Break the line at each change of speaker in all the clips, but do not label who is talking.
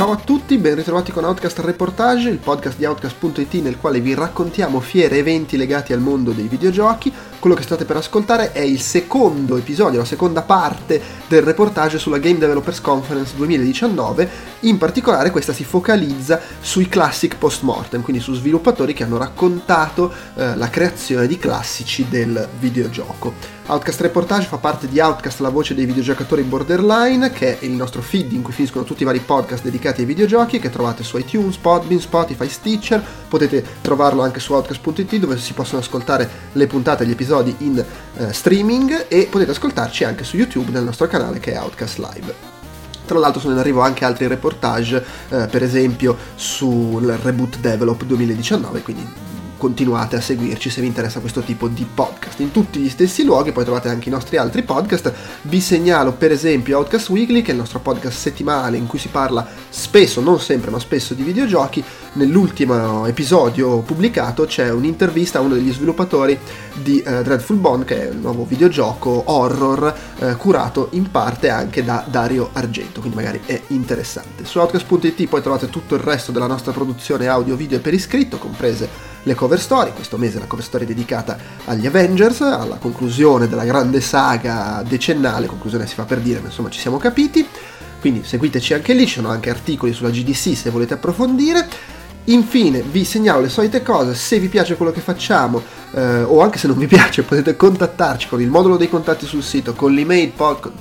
Ciao a tutti, ben ritrovati con Outcast Reportage, il podcast di Outcast.it nel quale vi raccontiamo fiere e eventi legati al mondo dei videogiochi. Quello che state per ascoltare è il secondo episodio, la seconda parte del reportage sulla Game Developers Conference 2019. In particolare questa si focalizza sui classic post-mortem, quindi su sviluppatori che hanno raccontato la creazione di classici del videogioco. Outcast Reportage fa parte di Outcast, la voce dei videogiocatori borderline, che è il nostro feed in cui finiscono tutti i vari podcast dedicati ai videogiochi, che trovate su iTunes, Podbean, Spotify, Stitcher. Potete trovarlo anche su Outcast.it, dove si possono ascoltare le puntate e gli episodi in streaming, e potete ascoltarci anche su YouTube nel nostro canale che è Outcast Live. Tra l'altro sono in arrivo anche altri reportage, per esempio sul Reboot Develop 2019, quindi continuate a seguirci se vi interessa questo tipo di podcast. In tutti gli stessi luoghi poi trovate anche i nostri altri podcast. Vi segnalo per esempio Outcast Weekly, che è il nostro podcast settimanale in cui si parla spesso, non sempre ma spesso, di videogiochi. Nell'ultimo episodio pubblicato c'è un'intervista a uno degli sviluppatori di Dreadful Bond, che è il nuovo videogioco horror curato in parte anche da Dario Argento, quindi magari è interessante. Su Outcast.it poi trovate tutto il resto della nostra produzione audio video per iscritto, comprese le cover story. Questo mese la cover story è dedicata agli Avengers, alla conclusione della grande saga decennale. Conclusione si fa per dire, ma insomma ci siamo capiti. Quindi seguiteci anche lì, ci sono anche articoli sulla GDC se volete approfondire. Infine vi segnalo le solite cose: se vi piace quello che facciamo, o anche se non vi piace, potete contattarci con il modulo dei contatti sul sito, con l'email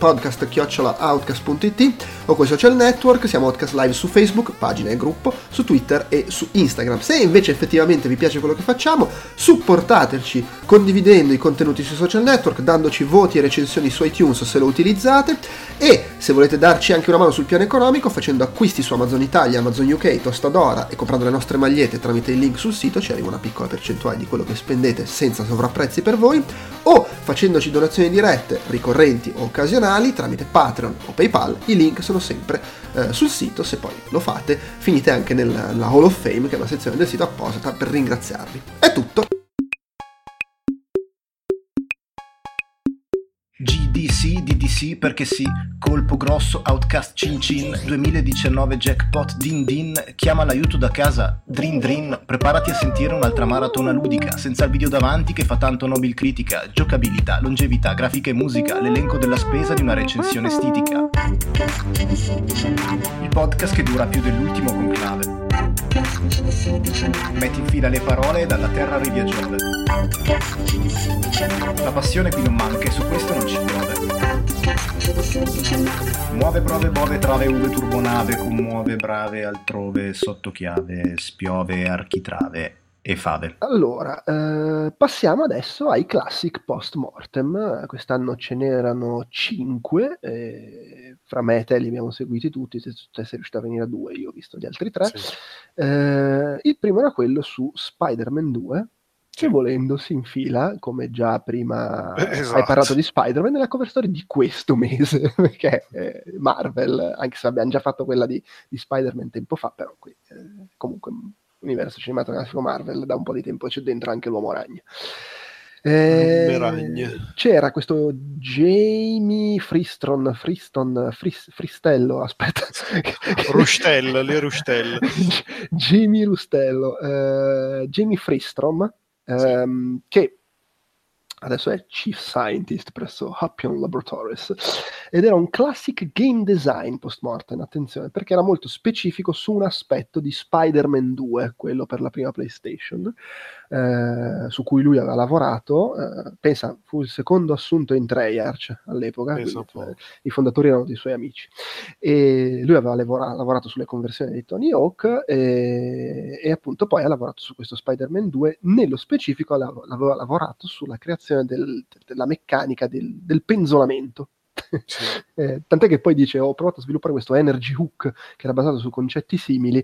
podcast@outcast.it o con i social network. Siamo Outcast Live su Facebook, pagina e gruppo, su Twitter e su Instagram. Se invece effettivamente vi piace quello che facciamo, supportateci condividendo i contenuti sui social network, dandoci voti e recensioni su iTunes se lo utilizzate, e se volete darci anche una mano sul piano economico facendo acquisti su Amazon Italia, Amazon UK, Tostadora e comprando le nostre magliette tramite il link sul sito, ci arriva una piccola percentuale di quello che spendete senza sovrapprezzi per voi, o facendoci donazioni dirette, ricorrenti o occasionali tramite Patreon o PayPal. I link sono sempre sul sito. Se poi lo fate, finite anche nella Hall of Fame, che è una sezione del sito apposita per ringraziarvi. È tutto.
GDC, DDC perché sì, colpo grosso, Outcast Cin Cin, 2019 jackpot din din, chiama l'aiuto da casa, drin drin, preparati a sentire un'altra maratona ludica, senza il video davanti che fa tanto nobil critica, giocabilità, longevità, grafica e musica, l'elenco della spesa di una recensione estitica. Il podcast che dura più dell'ultimo conclave. Metti in fila le parole e dalla terra arrivi a Giove. La passione qui non manca e su questo non ci piove. Muove, prove, bove, trave, uve, turbonave, commuove, brave, altrove, sotto chiave, spiove, architrave e fave.
Allora, passiamo adesso ai classic post-mortem. Quest'anno ce n'erano 5, fra me e te li abbiamo seguiti tutti, se sei riuscito a venire a 2, io ho visto gli altri 3. Sì. Il primo era quello su Spider-Man 2, che volendo si infila, come già prima hai parlato di Spider-Man, nella cover story di questo mese, perché Marvel, anche se abbiamo già fatto quella di Spider-Man tempo fa, però qui comunque universo cinematografico Marvel da un po' di tempo c'è dentro anche l'Uomo Ragno. C'era questo Jamie Fristello, aspetta,
Rustello.
Jamie Rustello, Jamie Fristrom, che adesso è Chief Scientist presso Happion Laboratories, ed era un classic game design post-mortem, attenzione, perché era molto specifico su un aspetto di Spider-Man 2, quello per la prima PlayStation, su cui lui aveva lavorato. Pensa, fu il secondo assunto in Treyarch all'epoca, i fondatori erano dei suoi amici, e lui aveva lavorato sulle conversioni di Tony Hawk, e appunto poi ha lavorato su questo Spider-Man 2. Nello specifico aveva lavorato sulla creazione della meccanica del penzolamento. Sì. Tant'è che poi dice: ho provato a sviluppare questo Energy Hook che era basato su concetti simili,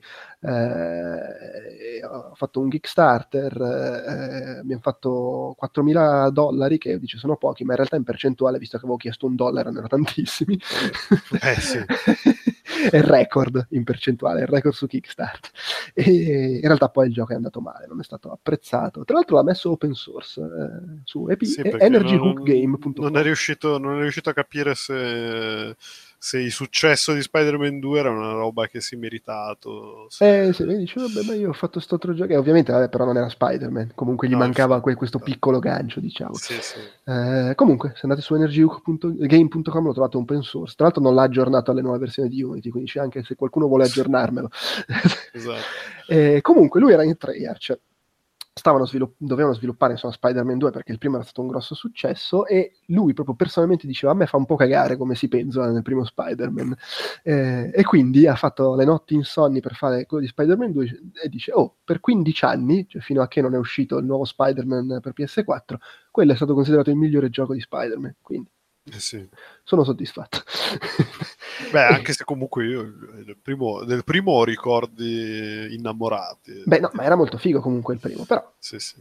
ho fatto un Kickstarter, abbiamo fatto $4.000, che dice sono pochi, ma in realtà in percentuale, visto che avevo chiesto $1, erano tantissimi.
Sì.
È il record in percentuale, il record su Kickstarter. E in realtà poi il gioco è andato male, non è stato apprezzato. Tra l'altro l'ha messo open source su energyhookgame.com.
Non è riuscito a capire se il successo di Spider-Man 2 era una roba che si è meritato.
Se mi dice, vabbè, ma io ho fatto sto altro gioco, e ovviamente, vabbè, però non era Spider-Man, comunque gli
No,
mancava
infatti,
questo piccolo gancio, diciamo.
sì, sì.
Comunque, se andate su energygame.com lo trovate open source, tra l'altro non l'ha aggiornato alle nuove versioni di Unity, quindi c'è anche se qualcuno vuole aggiornarmelo.
Esatto.
Comunque, lui era in Treyarch. Dovevano sviluppare insomma Spider-Man 2 perché il primo era stato un grosso successo e lui proprio personalmente diceva a me fa un po' cagare come si pensa nel primo Spider-Man, e quindi ha fatto le notti insonni per fare quello di Spider-Man 2 e dice per 15 anni, cioè fino a che non è uscito il nuovo Spider-Man per PS4, quello è stato considerato il migliore gioco di Spider-Man, quindi
sì.
sono soddisfatto.
Beh, anche se comunque io del primo ho ricordi innamorati.
Beh, no, ma era molto figo comunque il primo, però.
Sì, sì.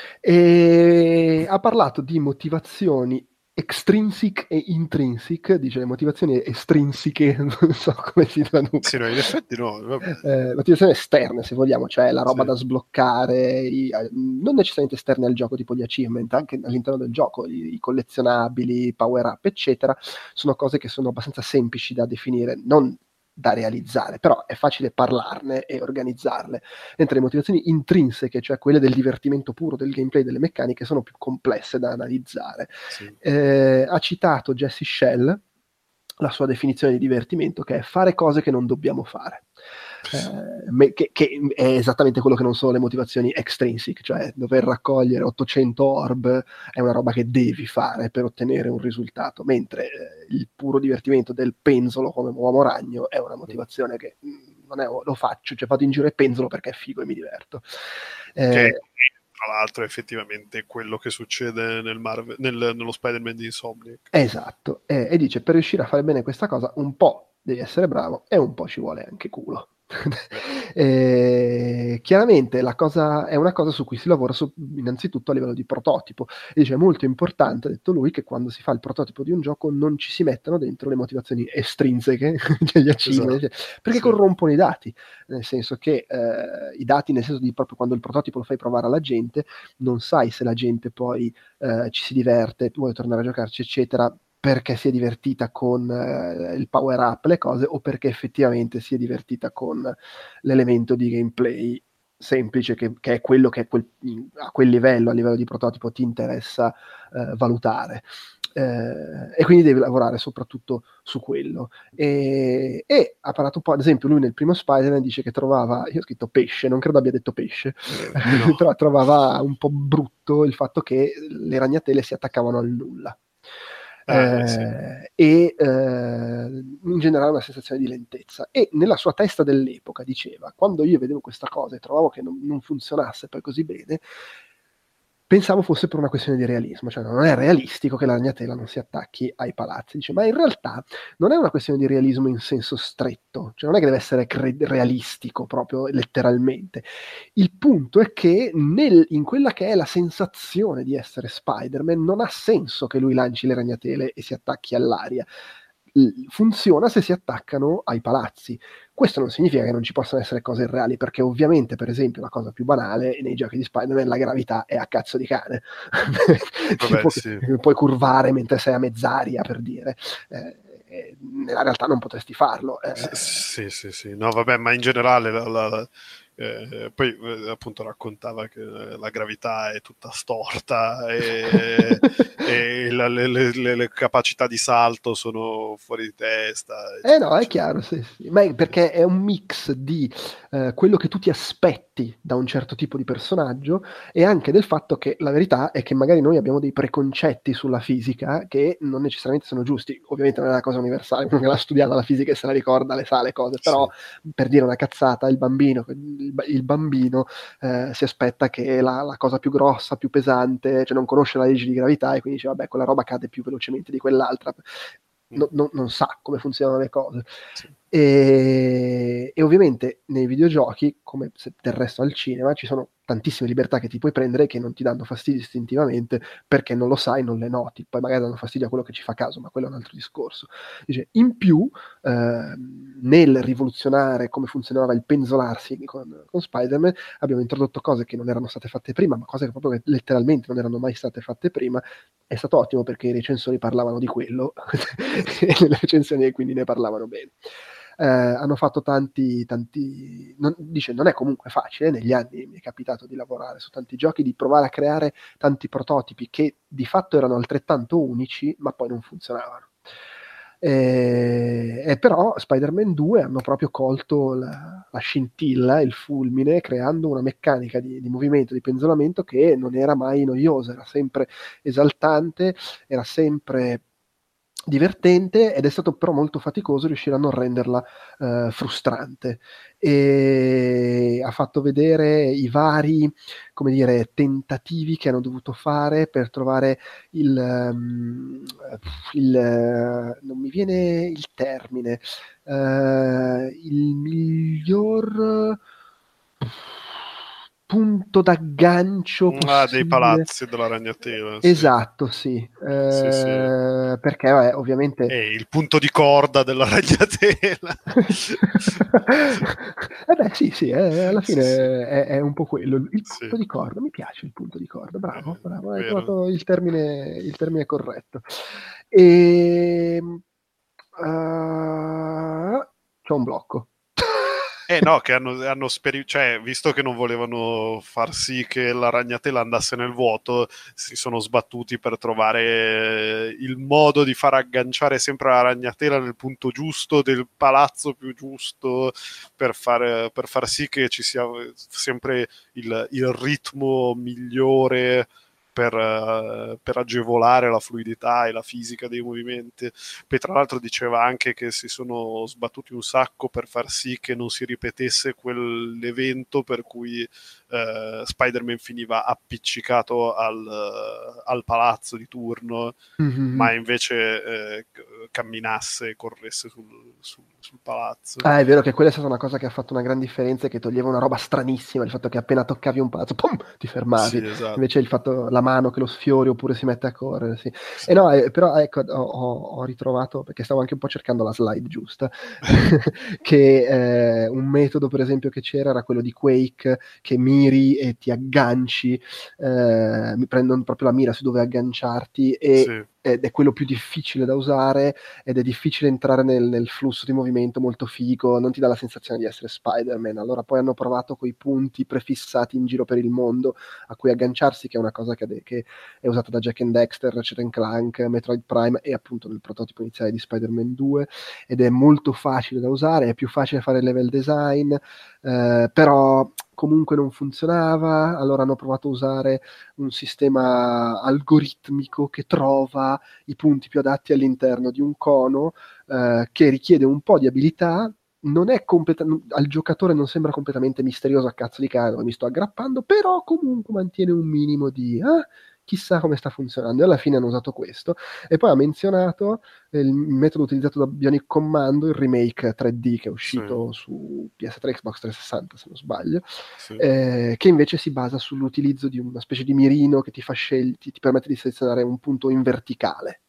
E ha parlato di motivazioni extrinsic e intrinsic, dice le motivazioni estrinsiche, non so come si traduca.
Sì, no, in effetti no. Vabbè.
Motivazioni esterne, se vogliamo, cioè la roba
Sì.
da sbloccare, non necessariamente esterne al gioco, tipo gli achievement, anche all'interno del gioco, i collezionabili, i power up, eccetera, sono cose che sono abbastanza semplici da definire, non da realizzare, però è facile parlarne e organizzarle, mentre le motivazioni intrinseche, cioè quelle del divertimento puro, del gameplay, delle meccaniche, sono più complesse da analizzare.
Sì.
Ha citato Jesse Shell, la sua definizione di divertimento, che è fare cose che non dobbiamo fare. Che è esattamente quello che non sono le motivazioni extrinsic, cioè dover raccogliere 800 orb è una roba che devi fare per ottenere un risultato, mentre il puro divertimento del penzolo come uomo ragno è una motivazione che non è lo faccio, cioè vado in giro e penzolo perché è figo e mi diverto.
Che tra l'altro è effettivamente quello che succede nello Spider-Man di Insomniac.
Esatto, e dice per riuscire a fare bene questa cosa un po' devi essere bravo e un po' ci vuole anche culo. Chiaramente la cosa è una cosa su cui si lavora innanzitutto a livello di prototipo, e dice è molto importante, ha detto lui, che quando si fa il prototipo di un gioco non ci si mettano dentro le motivazioni estrinseche, cioè gli achievement, perché corrompono i dati, nel senso che i dati, nel senso di proprio quando il prototipo lo fai provare alla gente, non sai se la gente poi ci si diverte, vuole tornare a giocarci, eccetera, perché si è divertita con il power up, le cose, o perché effettivamente si è divertita con l'elemento di gameplay semplice che è quello che a quel livello, a livello di prototipo, ti interessa valutare. E quindi devi lavorare soprattutto su quello. E ha parlato un po', ad esempio lui nel primo Spider-Man dice che trovava, io ho scritto pesce, non credo abbia detto pesce, no. Però trovava un po' brutto il fatto che le ragnatele si attaccavano al nulla.
Sì.
E in generale una sensazione di lentezza, e nella sua testa dell'epoca diceva, quando io vedevo questa cosa e trovavo che non funzionasse poi così bene, pensavo fosse per una questione di realismo, cioè non è realistico che la ragnatela non si attacchi ai palazzi, dice, ma in realtà non è una questione di realismo in senso stretto, cioè non è che deve essere realistico proprio letteralmente. Il punto è che in quella che è la sensazione di essere Spider-Man non ha senso che lui lanci le ragnatele e si attacchi all'aria. Funziona se si attaccano ai palazzi. Questo non significa che non ci possano essere cose irreali, perché ovviamente, per esempio, la cosa più banale nei giochi di Spider-Man, la gravità è a cazzo di cane. Puoi curvare mentre sei a mezz'aria, per dire. Nella realtà non potresti farlo.
Sì. No, vabbè, ma in generale poi appunto raccontava che la gravità è tutta storta e le capacità di salto sono fuori di testa.
No, è chiaro, sì. Ma perché è un mix di quello che tu ti aspetti da un certo tipo di personaggio, e anche del fatto che la verità è che magari noi abbiamo dei preconcetti sulla fisica che non necessariamente sono giusti. Ovviamente non è una cosa universale, uno che l'ha studiata la fisica e se la ricorda, le sa le cose, però per dire una cazzata, il bambino si aspetta che la cosa più grossa, più pesante, cioè non conosce la legge di gravità e quindi dice quella roba cade più velocemente di quell'altra. Non sa come funzionano le cose. E ovviamente nei videogiochi, come del resto al cinema, ci sono tantissime libertà che ti puoi prendere che non ti danno fastidio istintivamente perché non lo sai, non le noti, poi magari danno fastidio a quello che ci fa caso, ma quello è un altro discorso. Dice, in più, nel rivoluzionare come funzionava il penzolarsi con Spider-Man, abbiamo introdotto cose che non erano state fatte prima, ma cose che proprio letteralmente non erano mai state fatte prima. È stato ottimo perché i recensori parlavano di quello e le recensioni quindi ne parlavano bene. Hanno fatto tanti dice, non è comunque facile, negli anni mi è capitato di lavorare su tanti giochi, di provare a creare tanti prototipi che di fatto erano altrettanto unici ma poi non funzionavano. E però Spider-Man 2 hanno proprio colto la scintilla, il fulmine, creando una meccanica di movimento, di penzolamento che non era mai noiosa, era sempre esaltante, era sempre divertente, ed è stato però molto faticoso riuscire a non renderla frustrante, e ha fatto vedere i vari, come dire, tentativi che hanno dovuto fare per trovare non mi viene il termine, il miglior punto d'aggancio
Dei
possibile.
palazzi della ragnatela, sì.
Esatto, sì.
Sì, sì.
Perché vabbè, ovviamente
Il punto di corda della ragnatela.
beh, sì, alla fine
Sì, sì.
è un po' quello. Il
Sì.
punto di corda, mi piace il punto di corda, bravo, hai
Vero.
trovato il termine corretto. E c'ho un blocco.
No, che cioè, visto che non volevano far sì che la ragnatela andasse nel vuoto, si sono sbattuti per trovare il modo di far agganciare sempre la ragnatela nel punto giusto del palazzo più giusto, per far sì che ci sia sempre il ritmo migliore per agevolare la fluidità e la fisica dei movimenti. Poi tra l'altro diceva anche che si sono sbattuti un sacco per far sì che non si ripetesse quell'evento per cui Spider-Man finiva appiccicato al palazzo di turno,
Mm-hmm.
ma invece camminasse e corresse sul palazzo.
È vero che quella è stata una cosa che ha fatto una gran differenza e che toglieva una roba stranissima, il fatto che appena toccavi un palazzo, pum, ti fermavi.
Sì, esatto.
Invece il fatto, la mano che lo sfiori oppure si mette a correre, sì.
Sì.
E no, però ecco, ho ritrovato, perché stavo anche un po' cercando la slide giusta, che un metodo per esempio che c'era era quello di Quake, che miri e ti agganci, mi prendono proprio la mira su dove agganciarti,
Sì.
ed è quello più difficile da usare, ed è difficile entrare nel flusso di movimento molto figo, non ti dà la sensazione di essere Spider-Man. Allora poi hanno provato quei punti prefissati in giro per il mondo a cui agganciarsi, che è una cosa che è usata da Jak and Daxter, Ratchet & Clank, Metroid Prime e appunto nel prototipo iniziale di Spider-Man 2, ed è molto facile da usare, è più facile fare level design, però comunque non funzionava. Allora hanno provato a usare un sistema algoritmico che trova i punti più adatti all'interno di un cono, che richiede un po' di abilità. Non è al giocatore non sembra completamente misterioso, a cazzo di cane, mi sto aggrappando, però comunque mantiene un minimo di chissà come sta funzionando, e alla fine hanno usato questo. E poi ha menzionato il metodo utilizzato da Bionic Commando, il remake 3D che è uscito su PS3 Xbox 360 se non sbaglio, che invece si basa sull'utilizzo di una specie di mirino che ti permette di selezionare un punto in verticale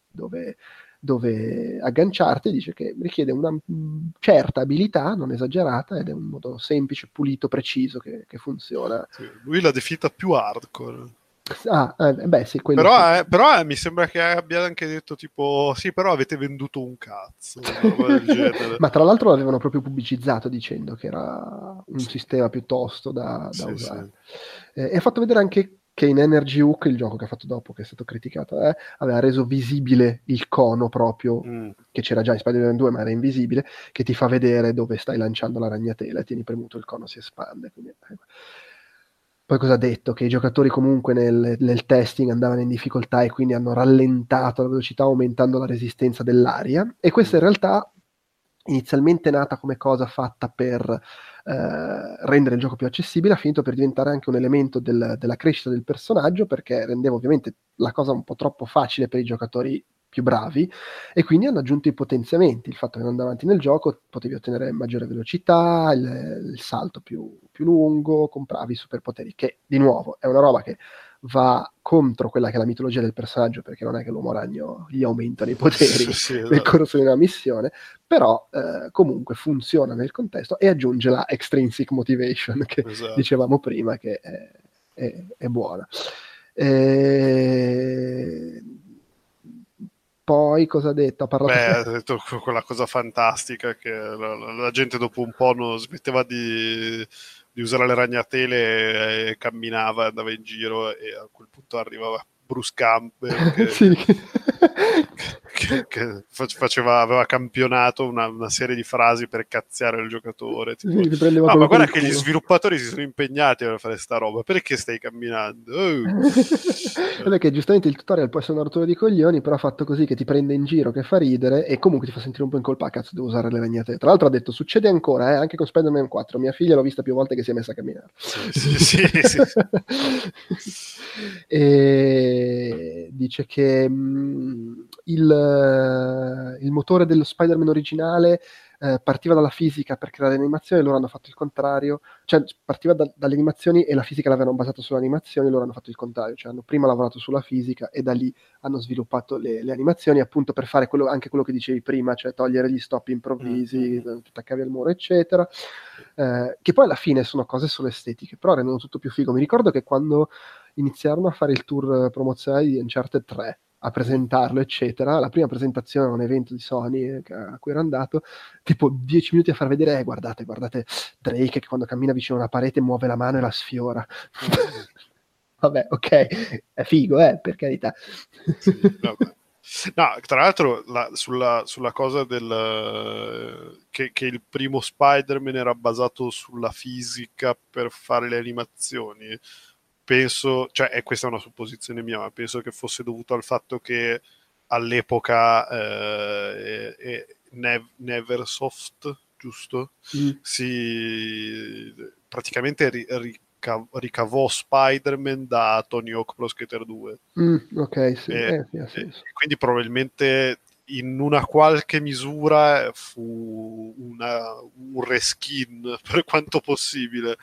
dove agganciarti. Dice che richiede una certa abilità, non esagerata, ed è un modo semplice, pulito, preciso che funziona.
Sì, lui l'ha definita più hardcore.
Beh, sì, quello
però
sì.
Mi sembra che abbia anche detto tipo sì, però avete venduto un cazzo, del genere.
Ma tra l'altro l'avevano proprio pubblicizzato dicendo che era un sistema piuttosto da usare. E ha fatto vedere anche che in Energy Hook, il gioco che ha fatto dopo, che è stato criticato, aveva reso visibile il cono proprio, che c'era già in Spider-Man 2 ma era invisibile, che ti fa vedere dove stai lanciando la ragnatela, e tieni premuto il cono si espande. Quindi, poi cosa ha detto? Che i giocatori comunque nel testing andavano in difficoltà e quindi hanno rallentato la velocità aumentando la resistenza dell'aria, e questa in realtà inizialmente nata come cosa fatta per rendere il gioco più accessibile, ha finito per diventare anche un elemento della crescita del personaggio, perché rendeva ovviamente la cosa un po' troppo facile per i giocatori più bravi, e quindi hanno aggiunto i potenziamenti, il fatto che andando avanti nel gioco potevi ottenere maggiore velocità, il salto più lungo, compravi i superpoteri, che di nuovo è una roba che va contro quella che è la mitologia del personaggio, perché non è che l'uomo ragno gli aumentano i poteri
Sì,
nel
esatto.
corso di una missione, però comunque funziona nel contesto e aggiunge la extrinsic motivation che
Esatto.
dicevamo prima, che è buona. E... Poi cosa ha detto? Ha parlato
Ha detto quella cosa fantastica che la gente dopo un po' non smetteva di usare le ragnatele e camminava, andava in giro, e a quel punto arrivava Bruce Campbell
sì.
che aveva campionato una serie di frasi per cazziare il giocatore, tipo,
Sì, ti prendeva
no,
proprio
ma
per
guarda
il
che gli
culo.
sviluppatori si sono impegnati per fare sta roba, perché stai camminando?
Vabbè, che giustamente il tutorial può essere una rottura di coglioni, però fatto così che ti prende in giro, che fa ridere e comunque ti fa sentire un po' in colpa. Cazzo, devo usare le ragnate. Tra l'altro ha detto, succede ancora, anche con Spider-Man 4. Mia figlia l'ho vista più volte che si è messa a camminare.
Sì.
E dice che il motore dello Spider-Man originale partiva dalla fisica per creare l'animazione, loro hanno fatto il contrario, cioè partiva dalle animazioni e la fisica l'avevano basata sulle animazioni, loro hanno fatto il contrario, cioè hanno prima lavorato sulla fisica e da lì hanno sviluppato le animazioni, appunto per fare anche quello che dicevi prima, cioè togliere gli stop improvvisi, ti attaccavi al muro, eccetera, che poi alla fine sono cose solo estetiche, però rendono tutto più figo. Mi ricordo che quando iniziarono a fare il tour promozionale di Uncharted 3, a presentarlo, eccetera, la prima presentazione a un evento di Sony a cui ero andato, tipo 10 minuti a far vedere, guardate Drake che quando cammina vicino a una parete muove la mano e la sfiora. Vabbè, ok, è figo, per carità.
Sì, vabbè. No, tra l'altro sulla cosa che il primo Spider-Man era basato sulla fisica per fare le animazioni, penso, cioè questa è una supposizione mia, ma penso che fosse dovuto al fatto che all'epoca Neversoft, giusto? Praticamente ricavò Spider-Man da Tony Hawk Pro Skater 2.
Ok, sì, sì, ha
E
senso.
quindi probabilmente in una qualche misura fu un reskin per quanto possibile.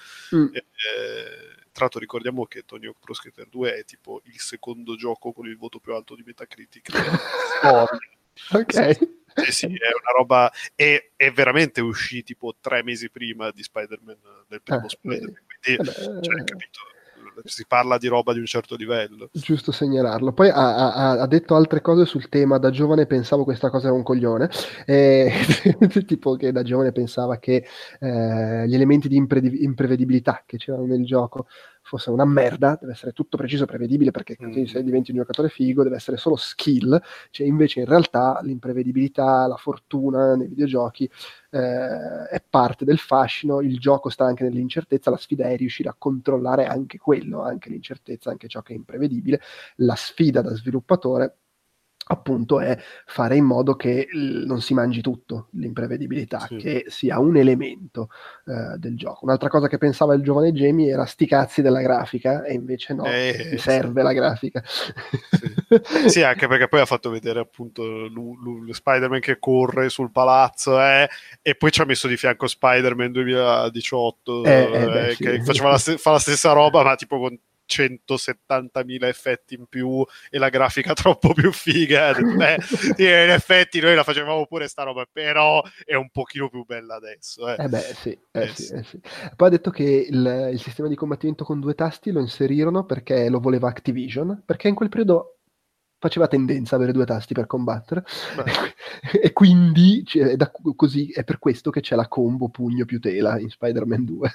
Tra l'altro ricordiamo che Tony Hawk Pro Skater 2 è tipo il secondo gioco con il voto più alto di Metacritic della storia.
Ok.
Sì, è una roba. È veramente uscì tipo 3 mesi prima di Spider-Man, del primo Spider-Man. Quindi, cioè, capito, si parla di roba di un certo livello.
Giusto segnalarlo. Poi ha detto altre cose sul tema. Da giovane pensavo questa cosa era un coglione, tipo che da giovane pensava che gli elementi di imprevedibilità che c'erano nel gioco fosse una merda, deve essere tutto preciso e prevedibile perché così se diventi un giocatore figo deve essere solo skill, cioè invece in realtà l'imprevedibilità, la fortuna nei videogiochi è parte del fascino, il gioco sta anche nell'incertezza, la sfida è riuscire a controllare anche quello, anche l'incertezza, anche ciò che è imprevedibile. La sfida da sviluppatore appunto è fare in modo che non si mangi tutto l'imprevedibilità,
Sì.
che sia un elemento del gioco. Un'altra cosa che pensava il giovane Jamie era sti cazzi della grafica, e invece no, ti serve la grafica.
Sì, anche perché poi ha fatto vedere appunto Spider-Man che corre sul palazzo e poi ci ha messo di fianco Spider-Man 2018
sì.
che fa la stessa roba ma tipo con 170.000 effetti in più e la grafica troppo più figa. In effetti noi la facevamo pure sta roba, però è un pochino più bella adesso.
Sì. Poi ha detto che il sistema di combattimento con 2 tasti lo inserirono perché lo voleva Activision, perché in quel periodo faceva tendenza a avere 2 tasti per combattere e quindi così è per questo che c'è la combo pugno più tela in Spider-Man 2.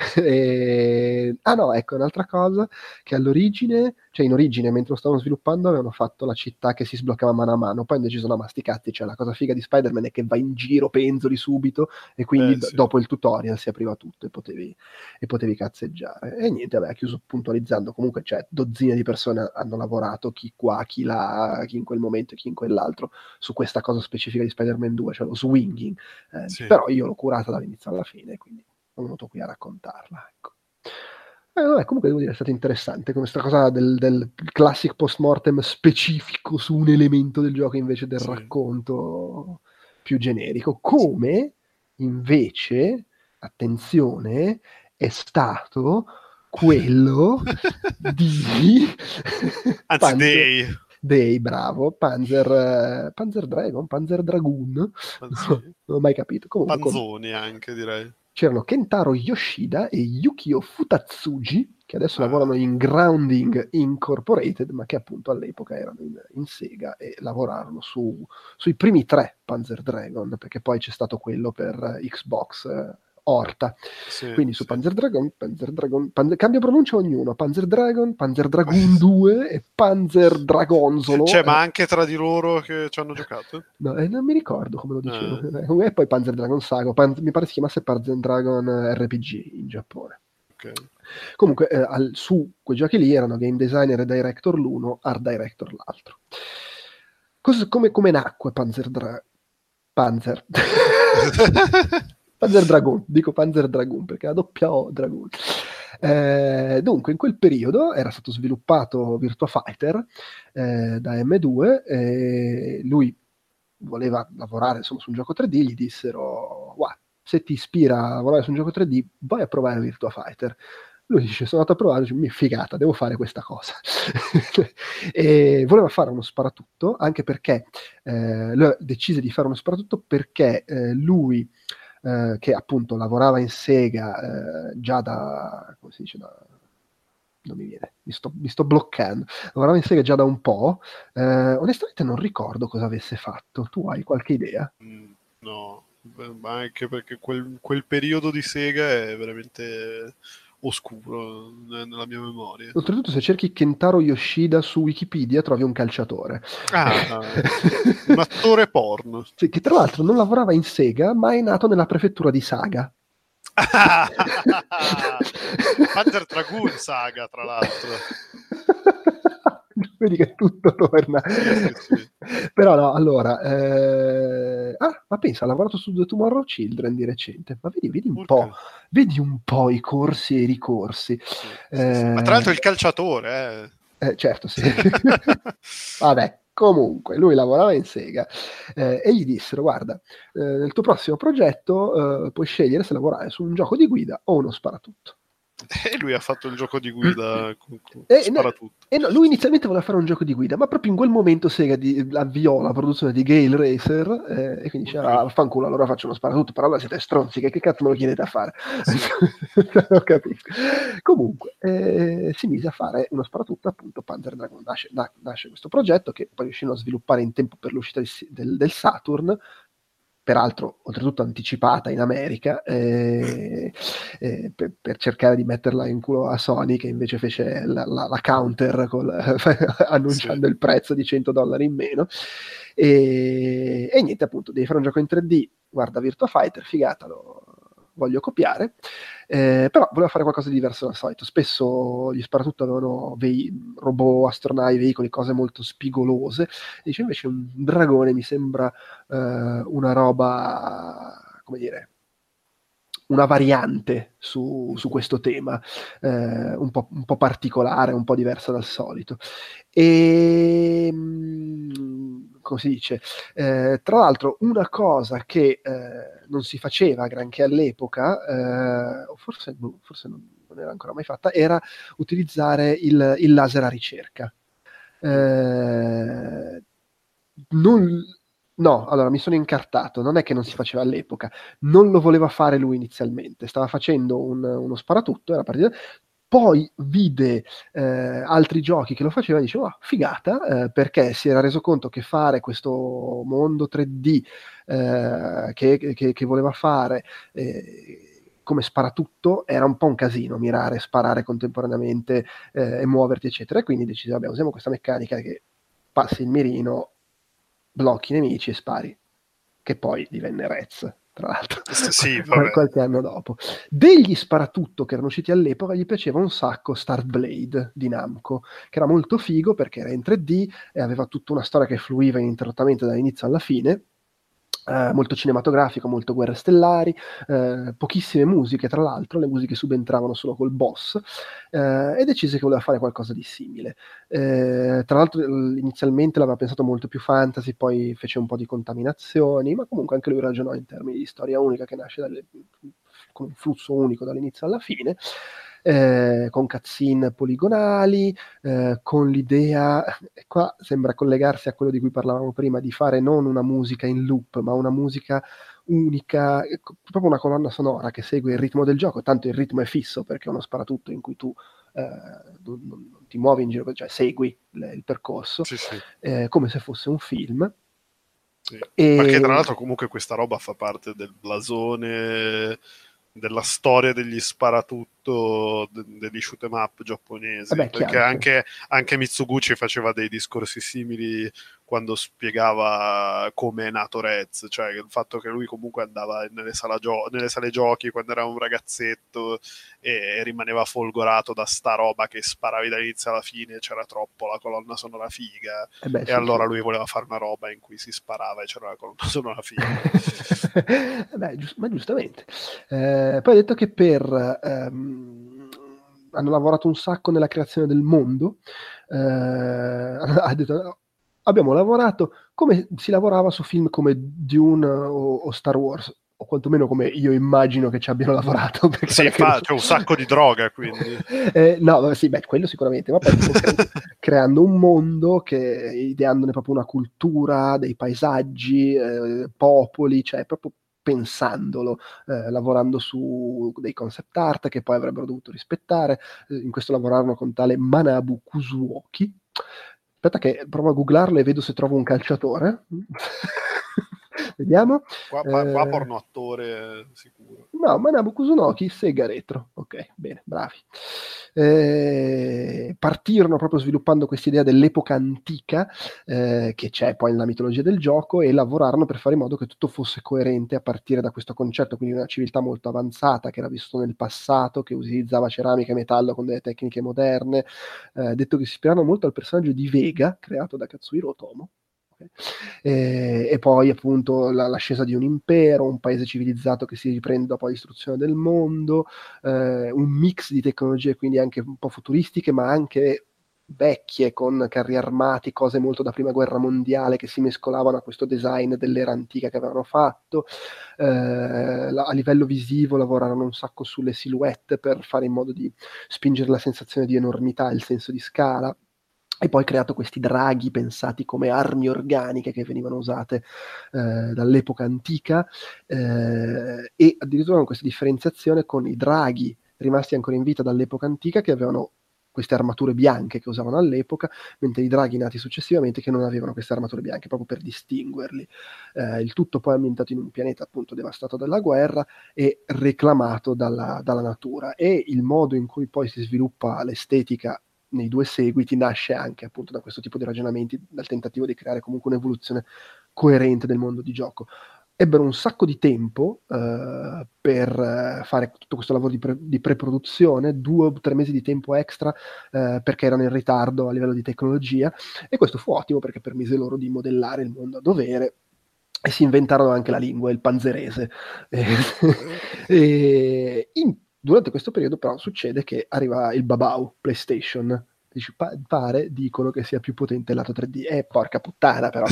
No, ecco un'altra cosa, che all'origine, cioè in origine mentre lo stavano sviluppando avevano fatto la città che si sbloccava mano a mano, poi hanno deciso no, ma sti cazzi, cioè la cosa figa di Spider-Man è che va in giro penzoli subito e quindi dopo il tutorial si apriva tutto e potevi cazzeggiare e niente, ha chiuso puntualizzando, comunque c'è dozzine di persone hanno lavorato, chi qua, chi là, chi in quel momento e chi in quell'altro su questa cosa specifica di Spider-Man 2, cioè lo swinging, però io l'ho curata dall'inizio alla fine, quindi sono venuto qui a raccontarla, ecco. Vabbè, comunque devo dire è stato interessante come sta cosa del classic post-mortem specifico su un elemento del gioco invece del
Sì.
racconto più generico. Come invece, attenzione, è stato quello di
Anzi, Day.
Day, bravo, Panzer Dragon, Panzer Dragoon,
Anzi,
non ho mai capito. Comunque,
Panzoni anche, direi.
c'erano Kentaro Yoshida e Yukio Futatsuji, che adesso lavorano
Ah,
in Grounding Incorporated, ma che appunto all'epoca erano in Sega e lavorarono sui primi 3 Panzer Dragon, perché poi c'è stato quello per Xbox Horta.
sì,
Quindi su
sì.
Panzer Dragon, cambia pronuncia ognuno, Panzer Dragon, Panzer Dragoon 2 e Panzer Dragonzolo.
Cioè, ma anche tra di loro che ci hanno giocato?
No, non mi ricordo come lo dicevo. E poi Panzer Dragon Saga, mi pare si chiamasse Panzer Dragon RPG in Giappone.
Ok.
Comunque, su quei giochi lì erano game designer e director l'uno, art director l'altro. Come nacque Panzer Panzer Dragoon, dico Panzer Dragoon perché è la doppia O Dragoon. Dunque, in quel periodo era stato sviluppato Virtua Fighter da M2 e lui voleva lavorare insomma, su un gioco 3D, gli dissero se ti ispira a lavorare su un gioco 3D vai a provare Virtua Fighter. Lui dice sono andato a provare, dice, mi figata, devo fare questa cosa. E voleva fare uno sparatutto anche perché lui decise di fare uno sparatutto perché lui che appunto lavorava in Sega già da, come si dice, non mi viene, mi sto bloccando, lavorava in Sega già da un po', onestamente non ricordo cosa avesse fatto, tu hai qualche idea?
No, ma anche perché quel periodo di Sega è veramente oscuro nella mia memoria.
Oltretutto se cerchi Kentaro Yoshida su Wikipedia trovi un calciatore.
Un attore porno.
Sì, che tra l'altro non lavorava in Sega, ma è nato nella prefettura di Saga.
Panzer Dragoon Saga, tra l'altro.
Vedi che tutto torna.
Sì.
Però no, allora ma pensa, ha lavorato su The Tomorrow Children di recente, ma vedi un po' i corsi e i ricorsi.
Sì. Ma tra l'altro il calciatore
certo, sì. Vabbè, comunque lui lavorava in Sega e gli dissero guarda, nel tuo prossimo progetto puoi scegliere se lavorare su un gioco di guida o uno sparatutto.
E lui ha fatto il gioco di guida con
sparatutto. Lui inizialmente voleva fare un gioco di guida, ma proprio in quel momento Sega avviò la produzione di Gale Racer e quindi diceva fanculo, allora faccio uno sparatutto, però allora siete stronzi, che cazzo me lo chiedete a fare? Sì. Lo capisco. Comunque si mise a fare uno sparatutto, appunto Panzer Dragoon. Nasce questo progetto che poi riuscirono a sviluppare in tempo per l'uscita del Saturn, peraltro oltretutto anticipata in America per cercare di metterla in culo a Sony, che invece fece la counter annunciando il prezzo di $100 in meno e niente, appunto devi fare un gioco in 3D, guarda Virtua Fighter, figata, lo voglio copiare, però voleva fare qualcosa di diverso dal solito. Spesso gli sparatutto avevano robot, astronavi, veicoli, cose molto spigolose, e dice invece un dragone mi sembra una roba, come dire, una variante su questo tema, un po' particolare, un po' diversa dal solito. E come si dice? Tra l'altro una cosa che non si faceva granché all'epoca, o forse non era ancora mai fatta, era utilizzare il laser a ricerca. No, allora mi sono incartato, non è che non si faceva all'epoca, non lo voleva fare lui inizialmente, stava facendo uno sparatutto, era partito, poi vide altri giochi che lo facevano e diceva figata, perché si era reso conto che fare questo mondo 3D che voleva fare come sparatutto era un po' un casino, mirare, sparare contemporaneamente e muoverti eccetera, e quindi decise vabbè, usiamo questa meccanica che passi il mirino, blocchi i nemici e spari, che poi divenne Rez, tra l'altro,
sì,
qualche anno dopo. Degli sparatutto che erano usciti all'epoca gli piaceva un sacco Star Blade di Namco, che era molto figo perché era in 3D e aveva tutta una storia che fluiva ininterrottamente dall'inizio alla fine, molto cinematografico, molto guerre stellari, pochissime musiche, tra l'altro, le musiche subentravano solo col boss, e decise che voleva fare qualcosa di simile. Tra l'altro inizialmente l'aveva pensato molto più fantasy, poi fece un po' di contaminazioni, ma comunque anche lui ragionò in termini di storia unica che nasce con un flusso unico dall'inizio alla fine, con cutscene poligonali, con l'idea, e qua sembra collegarsi a quello di cui parlavamo prima, di fare non una musica in loop, ma una musica unica, proprio una colonna sonora che segue il ritmo del gioco. Tanto il ritmo è fisso perché è uno sparatutto in cui tu non ti muovi in giro, cioè segui il percorso,
Sì, sì.
come se fosse un film.
Sì.
E...
Perché tra l'altro comunque questa roba fa parte del blasone della storia degli sparatutto degli shoot 'em up giapponesi,
Vabbè,
perché
chiaro, sì.
anche Mitsuguchi faceva dei discorsi simili quando spiegava come è nato Rez, cioè il fatto che lui comunque andava nelle sale giochi quando era un ragazzetto e rimaneva folgorato da sta roba che sparavi dall'inizio alla fine, c'era troppo la colonna sonora figa,
Beh,
e
sì,
allora
sì.
lui voleva fare una roba in cui si sparava e c'era la colonna sonora figa.
Beh, ma giustamente. Poi ha detto che hanno lavorato un sacco nella creazione del mondo. Ha detto, abbiamo lavorato come si lavorava su film come Dune o Star Wars, o quantomeno come io immagino che ci abbiano lavorato, perché non
Sì,
è che lo so.
c'è un sacco di droga, quindi.
No, sì, beh, quello sicuramente, ma poi creando un mondo, ideandone proprio una cultura, dei paesaggi, popoli, cioè proprio pensandolo, lavorando su dei concept art che poi avrebbero dovuto rispettare. In questo lavorarono con tale Manabu Kusuoki. Aspetta che provo a googlarlo e vedo se trovo un calciatore. Vediamo.
Qua porno attore sicuro.
No, Manabu Kusunoki, Sega Retro. Ok, bene, bravi. Partirono proprio sviluppando questa idea dell'epoca antica, che c'è poi nella mitologia del gioco, e lavorarono per fare in modo che tutto fosse coerente a partire da questo concetto, quindi una civiltà molto avanzata che era vissuta nel passato, che utilizzava ceramica e metallo con delle tecniche moderne. Detto che si ispirarono molto al personaggio di Vega, creato da Katsuhiro Otomo. E poi appunto l'ascesa di un impero, un paese civilizzato che si riprende dopo la distruzione del mondo, un mix di tecnologie quindi anche un po' futuristiche ma anche vecchie, con carri armati, cose molto da prima guerra mondiale che si mescolavano a questo design dell'era antica che avevano fatto. A livello visivo lavorarono un sacco sulle silhouette per fare in modo di spingere la sensazione di enormità, il senso di scala. E poi creato questi draghi pensati come armi organiche che venivano usate dall'epoca antica, e addirittura con questa differenziazione con i draghi rimasti ancora in vita dall'epoca antica che avevano queste armature bianche che usavano all'epoca, mentre i draghi nati successivamente che non avevano queste armature bianche, proprio per distinguerli. Il tutto poi ambientato in un pianeta appunto devastato dalla guerra e reclamato dalla natura. E il modo in cui poi si sviluppa l'estetica nei due seguiti nasce anche appunto da questo tipo di ragionamenti, dal tentativo di creare comunque un'evoluzione coerente del mondo di gioco. Ebbero un sacco di tempo per fare tutto questo lavoro di pre-produzione, 2 o 3 mesi di tempo extra, perché erano in ritardo a livello di tecnologia, e questo fu ottimo perché permise loro di modellare il mondo a dovere, e si inventarono anche la lingua, il panzerese. Durante questo periodo però succede che arriva il babau PlayStation. Dicono che sia più potente il lato 3D. Porca puttana, però.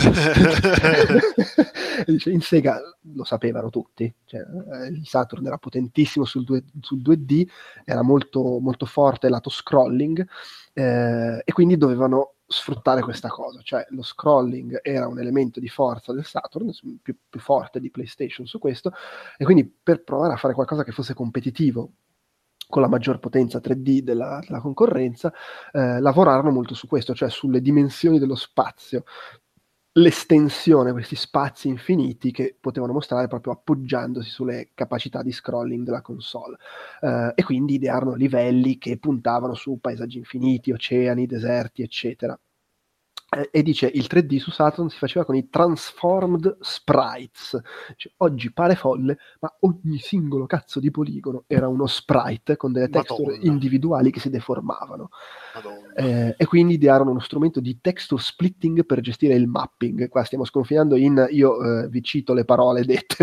Dice, in Sega lo sapevano tutti. Cioè, il Saturn era potentissimo sul 2D, era molto, molto forte il lato scrolling, e quindi dovevano sfruttare questa cosa. Cioè, lo scrolling era un elemento di forza del Saturn, più forte di PlayStation su questo, e quindi per provare a fare qualcosa che fosse competitivo con la maggior potenza 3D della concorrenza, lavorarono molto su questo, cioè sulle dimensioni dello spazio, l'estensione, questi spazi infiniti che potevano mostrare proprio appoggiandosi sulle capacità di scrolling della console, e quindi idearono livelli che puntavano su paesaggi infiniti, oceani, deserti, eccetera. E dice il 3D su Saturn si faceva con i transformed sprites. Cioè, oggi pare folle, ma ogni singolo cazzo di poligono era uno sprite con delle texture
Madonna.
individuali che si deformavano.
Madonna.
E quindi idearono uno strumento di texture splitting per gestire il mapping. Qua stiamo sconfinando in, io vi cito le parole dette,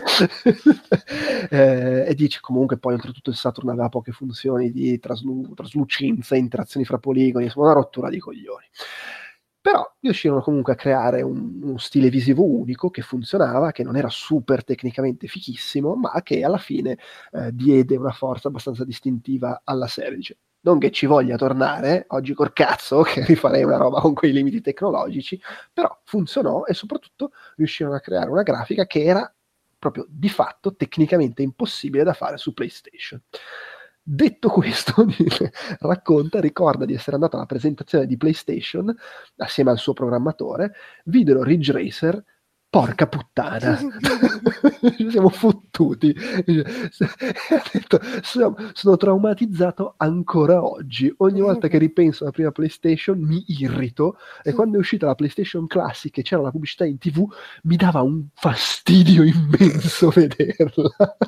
e dice comunque poi oltretutto il Saturn aveva poche funzioni di traslucenza, interazioni fra poligoni, insomma una rottura di coglioni. Però riuscirono comunque a creare uno stile visivo unico che funzionava, che non era super tecnicamente fichissimo, ma che alla fine diede una forza abbastanza distintiva alla serie. Dice, non che ci voglia tornare, oggi col cazzo che rifarei una roba con quei limiti tecnologici, però funzionò e soprattutto riuscirono a creare una grafica che era proprio di fatto tecnicamente impossibile da fare su PlayStation. Detto questo, ricorda di essere andato alla presentazione di PlayStation assieme al suo programmatore, videro Ridge Racer, porca puttana, ci siamo fottuti. Ha detto, sono traumatizzato ancora oggi, ogni volta che ripenso alla prima PlayStation mi irrito, e quando è uscita la PlayStation Classic e c'era la pubblicità in TV mi dava un fastidio immenso vederla.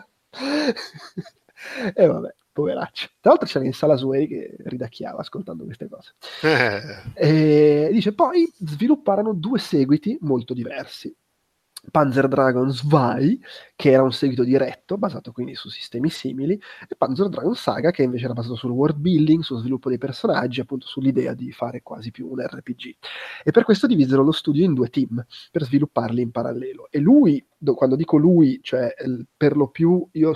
E vabbè, poveraccio. Tra l'altro c'era in sala Sueri che ridacchiava ascoltando queste cose. E dice, poi svilupparono 2 seguiti molto diversi. Panzer Dragon Zwei, che era un seguito diretto, basato quindi su sistemi simili, e Panzer Dragon Saga, che invece era basato sul world building, sullo sviluppo dei personaggi, appunto sull'idea di fare quasi più un RPG. E per questo divisero lo studio in 2 team, per svilupparli in parallelo. E lui, quando dico lui, cioè per lo più io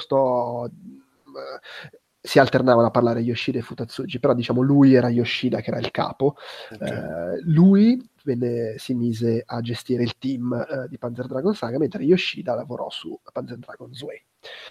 si alternavano a parlare Yoshida e Futatsugi, però diciamo lui era Yoshida che era il capo.
Okay.
Lui si mise a gestire il team di Panzer Dragon Saga, mentre Yoshida lavorò su Panzer Dragon Zwei.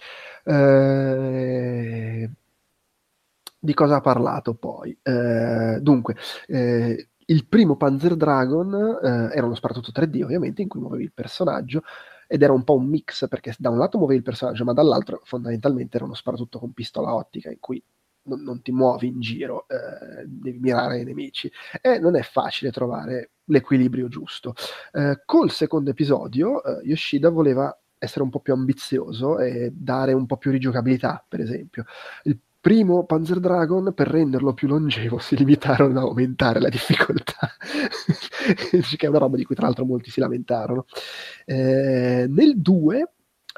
Di cosa ha parlato poi? Dunque, il primo Panzer Dragon era uno sparatutto 3D ovviamente, in cui muovevi il personaggio, ed era un po' un mix, perché da un lato muovevi il personaggio, ma dall'altro fondamentalmente era uno sparatutto con pistola ottica, in cui non ti muovi in giro, devi mirare ai nemici, e non è facile trovare l'equilibrio giusto. Col secondo episodio Yoshida voleva essere un po' più ambizioso e dare un po' più rigiocabilità, per esempio. Il primo Panzer Dragon, per renderlo più longevo, si limitarono a aumentare la difficoltà, che è una roba di cui tra l'altro molti si lamentarono. Nel 2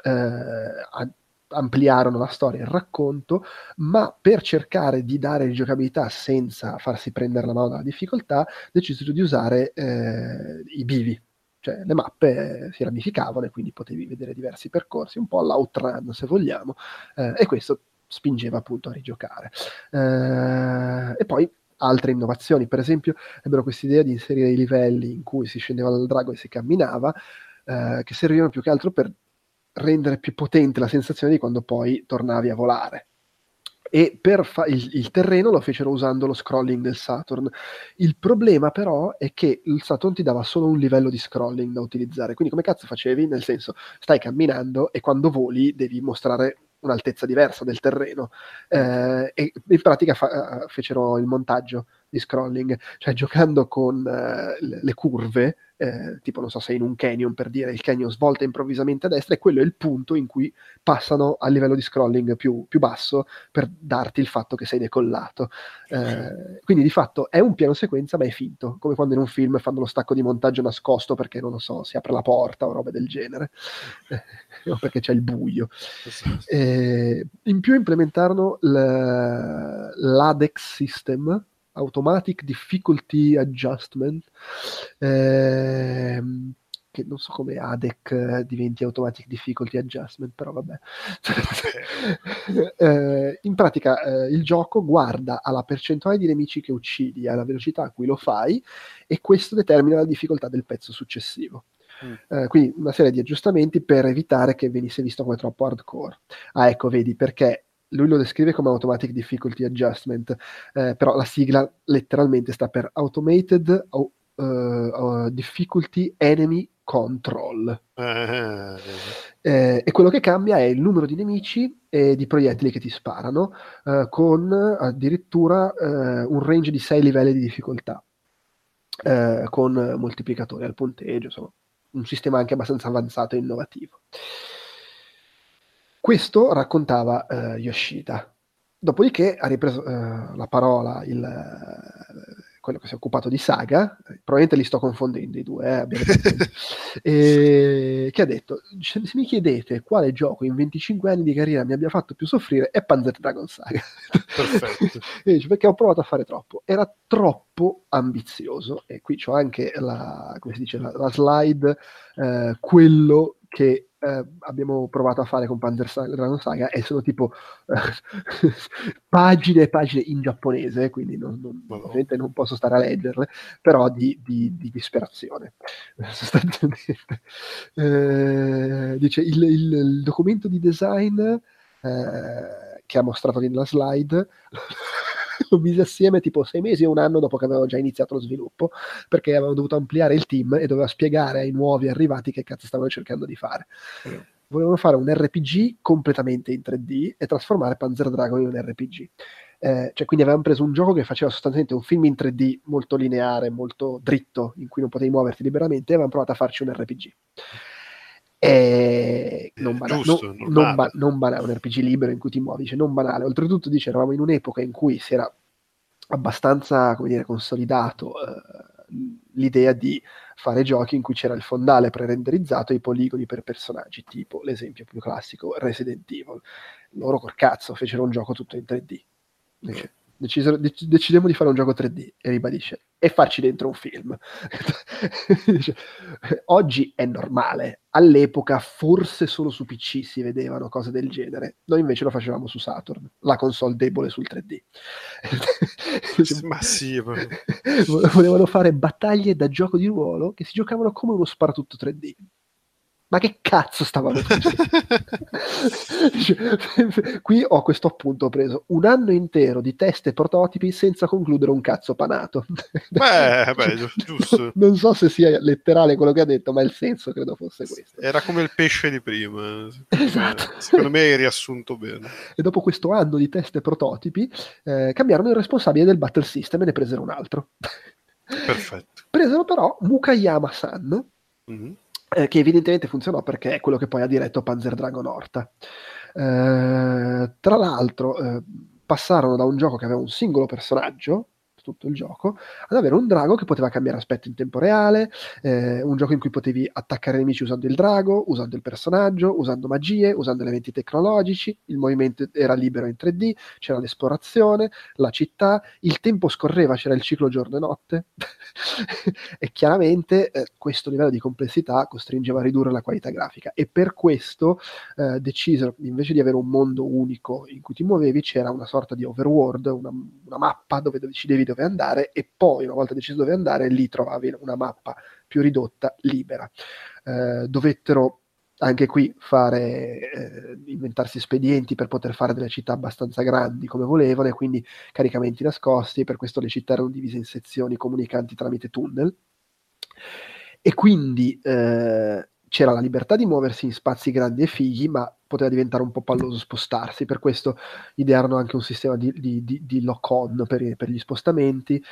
ampliarono la storia e il racconto, ma per cercare di dare rigiocabilità senza farsi prendere la mano dalla difficoltà, decisero di usare i bivi. Cioè le mappe si ramificavano e quindi potevi vedere diversi percorsi, un po' all'Outrun se vogliamo, e questo spingeva appunto a rigiocare. E poi altre innovazioni, per esempio ebbero questa idea di inserire i livelli in cui si scendeva dal drago e si camminava, che servivano più che altro per rendere più potente la sensazione di quando poi tornavi a volare. E per il terreno lo fecero usando lo scrolling del Saturn. Il problema però è che il Saturn ti dava solo un livello di scrolling da utilizzare, quindi come cazzo facevi? Nel senso, stai camminando e quando voli devi mostrare un'altezza diversa del terreno, e in pratica fecero il montaggio di scrolling, cioè giocando con le curve, tipo non so, sei in un canyon, per dire, il canyon svolta improvvisamente a destra e quello è il punto in cui passano al livello di scrolling più basso per darti il fatto che sei decollato. Quindi di fatto è un piano sequenza ma è finto, come quando in un film fanno lo stacco di montaggio nascosto perché non lo so, si apre la porta o robe del genere, o perché c'è il buio. In più implementarono l'ADEX system, Automatic Difficulty Adjustment, che non so come ADEC diventi Automatic Difficulty Adjustment, però vabbè. In pratica il gioco guarda alla percentuale di nemici che uccidi, alla velocità a cui lo fai, e questo determina la difficoltà del pezzo successivo. Quindi una serie di aggiustamenti per evitare che venisse visto come troppo hardcore. Ecco, vedi, perché lui lo descrive come Automatic Difficulty Adjustment, però la sigla letteralmente sta per Automated Difficulty Enemy Control. E quello che cambia è il numero di nemici e di proiettili che ti sparano, con addirittura un range di 6 livelli di difficoltà. con moltiplicatori al punteggio, insomma, un sistema anche abbastanza avanzato e innovativo. Questo raccontava Yoshida. Dopodiché ha ripreso la parola quello che si è occupato di Saga, probabilmente li sto confondendo i due, che ha detto: se mi chiedete quale gioco in 25 anni di carriera mi abbia fatto più soffrire, è Panzer Dragoon Saga.
Perfetto.
E dice, perché ho provato a fare troppo, era troppo ambizioso, e qui c'ho anche come si dice, la slide, quello che abbiamo provato a fare con Panzer Dragoon Saga, e sono tipo pagine e pagine in giapponese, quindi ovviamente non posso stare a leggerle, però di disperazione sostanzialmente. Dice il documento di design che ha mostrato nella slide lo mise assieme tipo 6 mesi o un anno dopo che avevano già iniziato lo sviluppo, perché avevano dovuto ampliare il team e doveva spiegare ai nuovi arrivati che cazzo stavano cercando di fare. Volevano fare un RPG completamente in 3D e trasformare Panzer Dragoon in un RPG. Cioè, quindi avevano preso un gioco che faceva sostanzialmente un film in 3D molto lineare, molto dritto, in cui non potevi muoverti liberamente, e avevano provato a farci un RPG. Non banale, un RPG libero in cui ti muovi, dice, non banale. Oltretutto dice, eravamo in un'epoca in cui si era abbastanza, come dire, consolidato l'idea di fare giochi in cui c'era il fondale pre-renderizzato e i poligoni per personaggi, tipo l'esempio più classico Resident Evil. Loro col cazzo fecero un gioco tutto in 3D. Decidemmo di fare un gioco 3D, e ribadisce, e farci dentro un film. Oggi è normale, all'epoca forse solo su PC si vedevano cose del genere, noi invece lo facevamo su Saturn, la console debole sul 3D.
Ma sì,
volevano fare battaglie da gioco di ruolo che si giocavano come uno sparatutto 3D. Ma che cazzo stavano facendo? Qui ho questo appunto, ho preso un anno intero di test e prototipi senza concludere un cazzo panato.
Beh, giusto.
Non so se sia letterale quello che ha detto, ma il senso credo fosse questo.
Era come il pesce di prima.
Esatto.
Secondo me hai riassunto bene.
E dopo questo anno di test e prototipi cambiarono il responsabile del battle system e ne presero un altro.
Perfetto.
Presero però Mukayama-san, che evidentemente funzionò perché è quello che poi ha diretto Panzer Dragoon Horta. Tra l'altro passarono da un gioco che aveva un singolo personaggio, tutto il gioco, ad avere un drago che poteva cambiare aspetto in tempo reale, un gioco in cui potevi attaccare nemici usando il drago, usando il personaggio, usando magie, usando elementi tecnologici, il movimento era libero in 3D, c'era l'esplorazione, la città, il tempo scorreva, c'era il ciclo giorno e notte e chiaramente questo livello di complessità costringeva a ridurre la qualità grafica, e per questo decisero, invece di avere un mondo unico in cui ti muovevi, c'era una sorta di overworld, una mappa dove decidevi dove andare, e poi una volta deciso dove andare lì trovavi una mappa più ridotta, libera. Dovettero anche qui inventarsi espedienti per poter fare delle città abbastanza grandi come volevano, e quindi caricamenti nascosti, e per questo le città erano divise in sezioni comunicanti tramite tunnel, e quindi c'era la libertà di muoversi in spazi grandi e fighi, ma poteva diventare un po' palloso spostarsi. Per questo idearono anche un sistema di lock-on per gli spostamenti,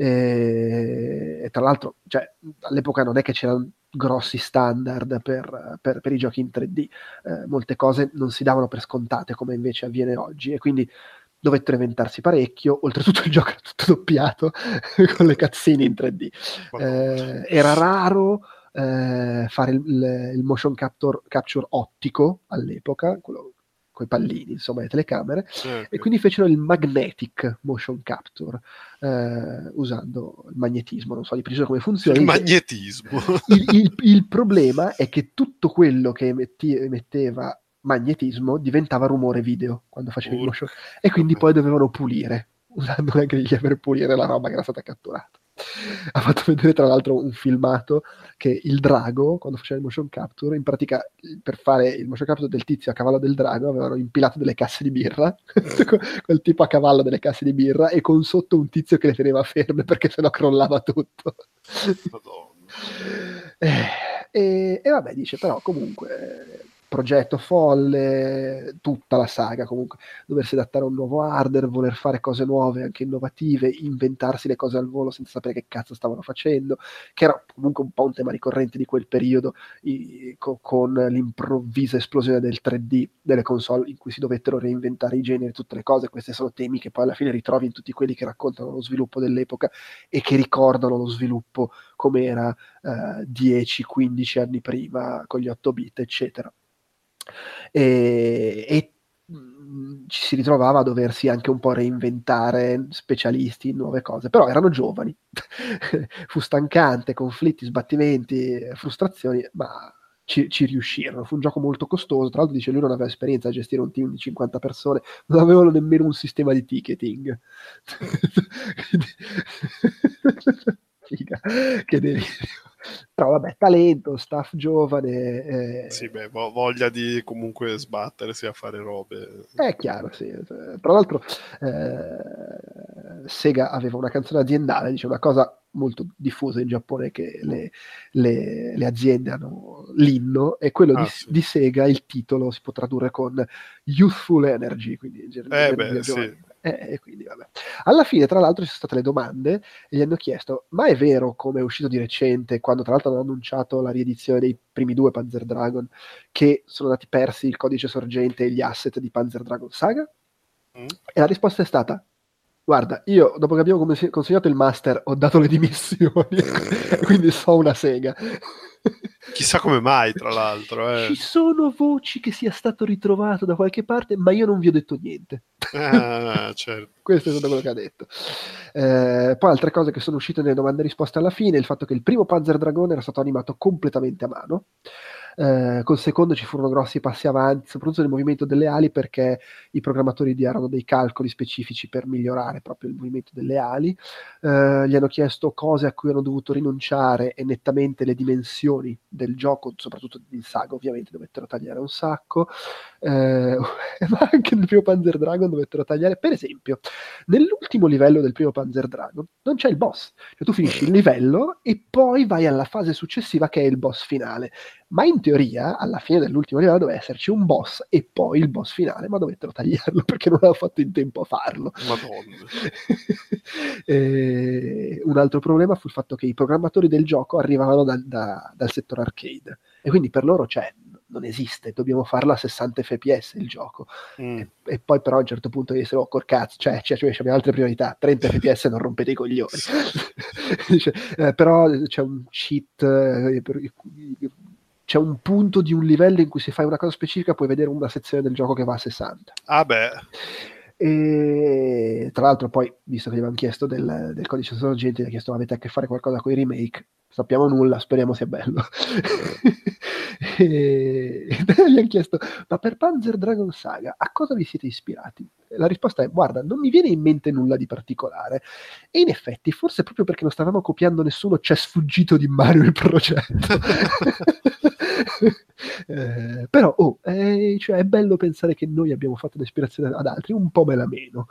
e tra l'altro, cioè, all'epoca non è che c'erano grossi standard per i giochi in 3D, molte cose non si davano per scontate come invece avviene oggi, e quindi dovettero inventarsi parecchio. Oltretutto il gioco era tutto doppiato con le cutscene in 3D. Era raro fare il motion capture ottico all'epoca, quello coi pallini, insomma, le telecamere, e quindi fecero il magnetic motion capture, usando il magnetismo. Non so di preciso come funziona.
Il magnetismo.
Il problema è che tutto quello che emetteva magnetismo diventava rumore video quando facevi il motion, e quindi poi dovevano pulire, usando una griglia per pulire la roba che era stata catturata. Ha fatto vedere tra l'altro un filmato che il drago, quando faceva il motion capture, in pratica per fare il motion capture del tizio a cavallo del drago avevano impilato delle casse di birra quel tipo a cavallo delle casse di birra, e con sotto un tizio che le teneva ferme perché sennò crollava tutto. E vabbè, dice, però comunque progetto folle, tutta la saga comunque, doversi adattare a un nuovo hardware, voler fare cose nuove, anche innovative, inventarsi le cose al volo senza sapere che cazzo stavano facendo, che era comunque un po' un tema ricorrente di quel periodo, con l'improvvisa esplosione del 3D delle console, in cui si dovettero reinventare i generi, tutte le cose. Questi sono temi che poi alla fine ritrovi in tutti quelli che raccontano lo sviluppo dell'epoca e che ricordano lo sviluppo come era 10-15 anni prima con gli 8 bit eccetera, e ci si ritrovava a doversi anche un po' reinventare specialisti in nuove cose, però erano giovani. Fu stancante, conflitti, sbattimenti, frustrazioni, ma ci riuscirono. Fu un gioco molto costoso, tra l'altro dice lui non aveva esperienza a gestire un team di 50 persone, non avevano nemmeno un sistema di ticketing. Figa, che delirio. Però vabbè, talento, staff giovane.
Sì, beh, voglia di comunque sbattersi a fare robe.
È chiaro, sì. Tra l'altro Sega aveva una canzone aziendale, dice una cosa molto diffusa in Giappone, che le aziende hanno l'inno, e quello di Sega, il titolo si può tradurre con Youthful Energy, quindi
beh, sì.
E quindi vabbè. Alla fine, tra l'altro, ci sono state le domande e gli hanno chiesto: ma è vero, come è uscito di recente, quando tra l'altro hanno annunciato la riedizione dei primi 2 Panzer Dragon, che sono andati persi il codice sorgente e gli asset di Panzer Dragon Saga? E la risposta è stata: guarda, io dopo che abbiamo consegnato il master ho dato le dimissioni, quindi so una sega.
Chissà come mai, tra l'altro.
Ci sono voci che sia stato ritrovato da qualche parte, ma io non vi ho detto niente.
Certo.
Questo è stato quello che ha detto. Poi altre cose che sono uscite nelle domande e risposte alla fine: il fatto che il primo Panzer Dragon era stato animato completamente a mano. Col secondo ci furono grossi passi avanti, soprattutto nel movimento delle ali, perché i programmatori diano dei calcoli specifici per migliorare proprio il movimento delle ali. Gli hanno chiesto cose a cui hanno dovuto rinunciare, e nettamente le dimensioni del gioco, soprattutto in saga ovviamente dovettero tagliare un sacco, ma anche nel primo Panzer Dragon dovettero tagliare. Per esempio, nell'ultimo livello del primo Panzer Dragon non c'è il boss, cioè tu finisci il livello e poi vai alla fase successiva che è il boss finale, ma in teoria alla fine dell'ultimo livello doveva esserci un boss e poi il boss finale, ma dovettero tagliarlo perché non aveva fatto in tempo a farlo.
Madonna.
Un altro problema fu il fatto che i programmatori del gioco arrivavano dal settore arcade, e quindi per loro non esiste, dobbiamo farlo a 60 fps il gioco. E poi però a un certo punto disse: oh, col cazzo, cioè abbiamo altre priorità, 30 fps non rompete i coglioni. Dice, però c'è un cheat, c'è un punto di un livello in cui se fai una cosa specifica puoi vedere una sezione del gioco che va a 60. E tra l'altro poi, visto che gli avevano chiesto del codice sorgente, gli ha chiesto: avete a che fare qualcosa con i remake? Sappiamo nulla, speriamo sia bello. E gli hanno chiesto: ma per Panzer Dragon Saga a cosa vi siete ispirati? La risposta è: guarda, non mi viene in mente nulla di particolare, e in effetti forse proprio perché non stavamo copiando nessuno c'è sfuggito di mano il progetto. Però cioè è bello pensare che noi abbiamo fatto l'ispirazione ad altri, un po' me la meno.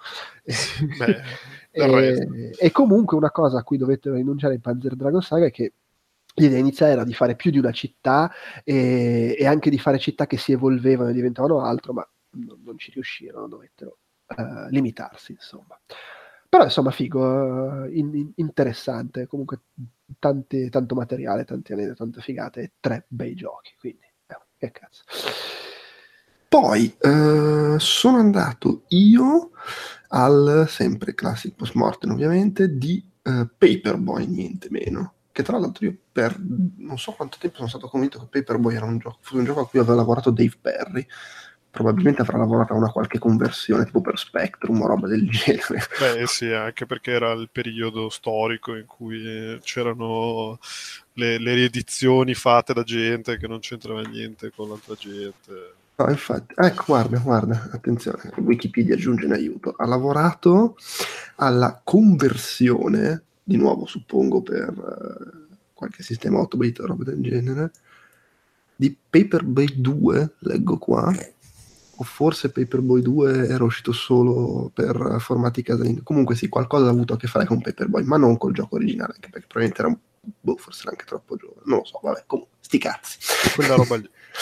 E comunque una cosa a cui dovettero rinunciare in Panzer Dragon Saga è che l'idea iniziale era di fare più di una città, e anche di fare città che si evolvevano e diventavano altro, ma non ci riuscirono, dovettero limitarsi, insomma. Però insomma figo, interessante, comunque tanto materiale, tanti anni, tante figate e 3 bei giochi, quindi che cazzo. Poi sono andato io al sempre classic post mortem ovviamente di Paperboy, niente meno, che tra l'altro io per non so quanto tempo sono stato convinto che Paperboy era un gioco a cui aveva lavorato Dave Perry. Probabilmente avrà lavorato a una qualche conversione tipo per Spectrum o roba del genere.
Beh sì, anche perché era il periodo storico in cui c'erano le riedizioni fatte da gente che non c'entrava niente con l'altra gente.
No, infatti, ecco, guarda, attenzione, Wikipedia aggiunge in aiuto. Ha lavorato alla conversione, di nuovo suppongo per qualche sistema 8-bit o roba del genere, di Paperboy 2, leggo qua. O forse Paperboy 2 era uscito solo per formati casalinghi. Comunque sì, qualcosa ha avuto a che fare con Paperboy, ma non col gioco originale, anche perché probabilmente era forse era anche troppo giovane, non lo so, vabbè, comunque, sti cazzi.
Quella roba lì.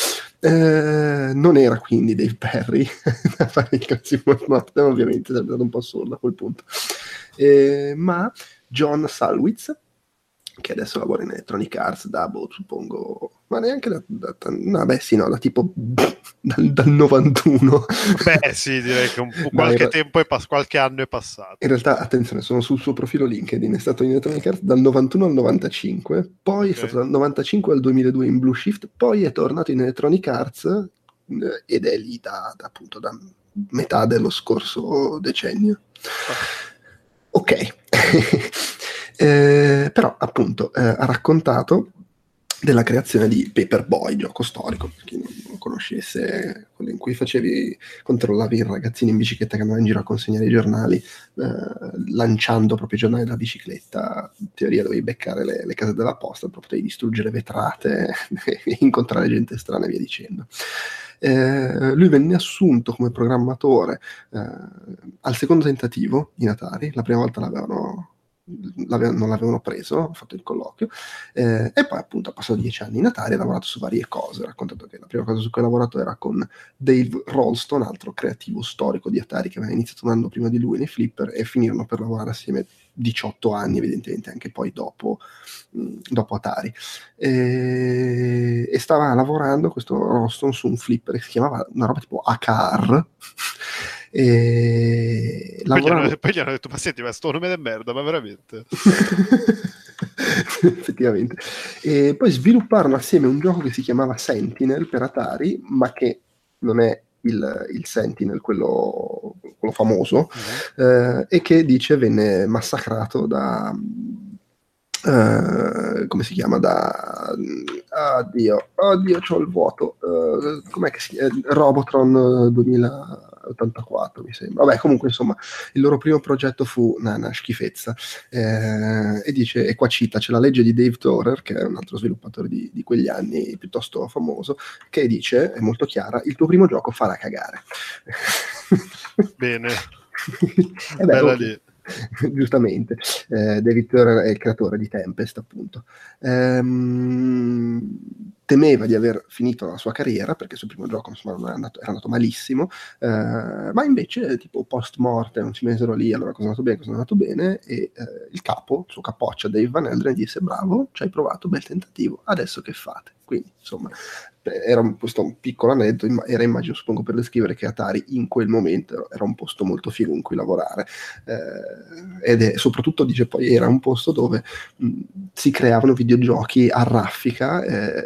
Non era quindi Dave Perry a fare il Consumer Smartphone, ovviamente sarebbe stato un po' assurdo a quel punto, ma John Salwitz, che adesso lavora in Electronic Arts da, suppongo, ma neanche da tipo dal 91.
Beh, sì, direi che qualche tempo qualche anno è passato.
In realtà, attenzione, sono sul suo profilo LinkedIn, è stato in Electronic Arts dal 91 al 95, poi è stato dal 95 al 2002 in Blue Shift, poi è tornato in Electronic Arts ed è lì appunto da metà dello scorso decennio. Ok. Però appunto ha raccontato della creazione di Paperboy, gioco storico, per chi non conoscesse, quello in cui controllavi i ragazzini in bicicletta che andavano in giro a consegnare i giornali, lanciando proprio i giornali dalla bicicletta. In teoria dovevi beccare le case della posta, proprio potevi distruggere vetrate e incontrare gente strana e via dicendo. Lui venne assunto come programmatore al secondo tentativo in Atari. La prima volta non l'avevano preso, ha fatto il colloquio, e poi appunto ha passato 10 anni in Atari, ha lavorato su varie cose. Ha raccontato che la prima cosa su cui ha lavorato era con Dave Rolston, altro creativo storico di Atari che aveva iniziato un anno prima di lui nei Flipper, e finirono per lavorare assieme 18 anni, evidentemente anche poi dopo Atari, e stava lavorando questo Rolston su un flipper che si chiamava una roba tipo AKR. E
poi gli hanno detto: ma senti, ma sto nome di merda, ma veramente?
Effettivamente. E poi svilupparono assieme un gioco che si chiamava Sentinel per Atari, ma che non è il Sentinel, quello famoso, e che dice venne massacrato da come si chiama, oddio c'ho il vuoto, com'è che si chiama? Robotron 2084 mi sembra. Vabbè, comunque insomma il loro primo progetto fu una schifezza, e dice, e qua cita, c'è la legge di Dave Thorer, che è un altro sviluppatore di quegli anni piuttosto famoso, che dice, è molto chiara: il tuo primo gioco farà cagare.
Bene.
Bella lì. Giustamente, David Thorer è il creatore di Tempest, appunto. Temeva di aver finito la sua carriera perché il suo primo gioco insomma era andato malissimo, ma invece tipo post mortem si mesero lì, allora cosa è andato bene, cosa è andato bene, e il capo, il suo capoccia Dave Van Elderen, disse: bravo, ci hai provato, bel tentativo, adesso che fate? Quindi insomma questo un piccolo aneddoto, era, immagino, suppongo, per descrivere che Atari in quel momento era un posto molto figo in cui lavorare, ed soprattutto, dice, poi era un posto dove si creavano videogiochi a raffica.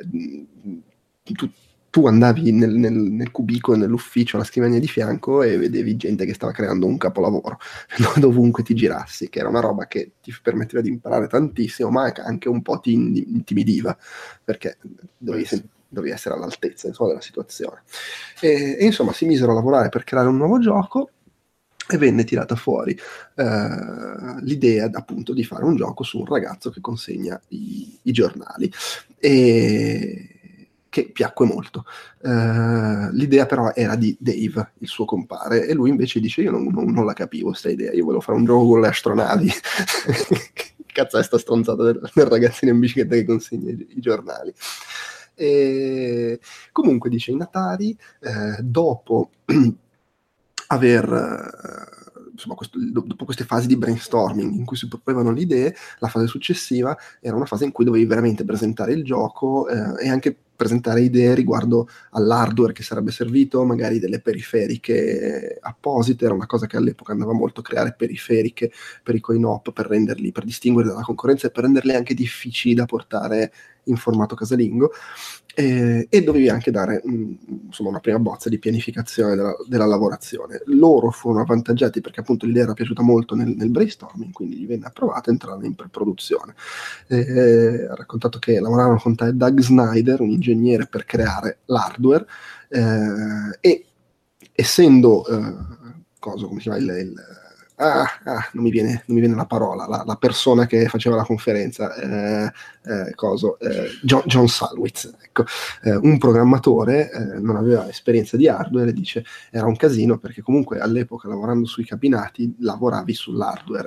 Tu andavi nel cubicolo, nell'ufficio, alla scrivania di fianco, e vedevi gente che stava creando un capolavoro dovunque ti girassi, che era una roba che ti permetteva di imparare tantissimo, ma anche un po' ti intimidiva, perché dovevi essere all'altezza, insomma, della situazione. E insomma si misero a lavorare per creare un nuovo gioco, e venne tirata fuori l'idea appunto di fare un gioco su un ragazzo che consegna i giornali, e che piacque molto. L'idea però era di Dave, il suo compare, e lui invece dice: io non la capivo sta idea, io volevo fare un gioco con le astronavi. Cazzo è sta stronzata del ragazzino in bicicletta che consegna i giornali. E comunque, dice, in Atari, dopo dopo queste fasi di brainstorming in cui si proponevano le idee, la fase successiva era una fase in cui dovevi veramente presentare il gioco, e anche presentare idee riguardo all'hardware che sarebbe servito, magari delle periferiche apposite. Era una cosa che all'epoca andava molto, creare periferiche per i coin-op, per distinguerli dalla concorrenza e per renderli anche difficili da portare in formato casalingo, e dovevi anche dare insomma una prima bozza di pianificazione della lavorazione. Loro furono avvantaggiati perché appunto l'idea era piaciuta molto nel brainstorming, quindi gli venne approvata e entrarono in pre-produzione. Ha raccontato che lavorarono con Doug Snyder, un ingegnere, per creare l'hardware, e essendo come si chiama non mi viene la parola, la persona che faceva la conferenza, John Salwitz, ecco, un programmatore, non aveva esperienza di hardware, e dice era un casino perché comunque all'epoca, lavorando sui cabinati, lavoravi sull'hardware, e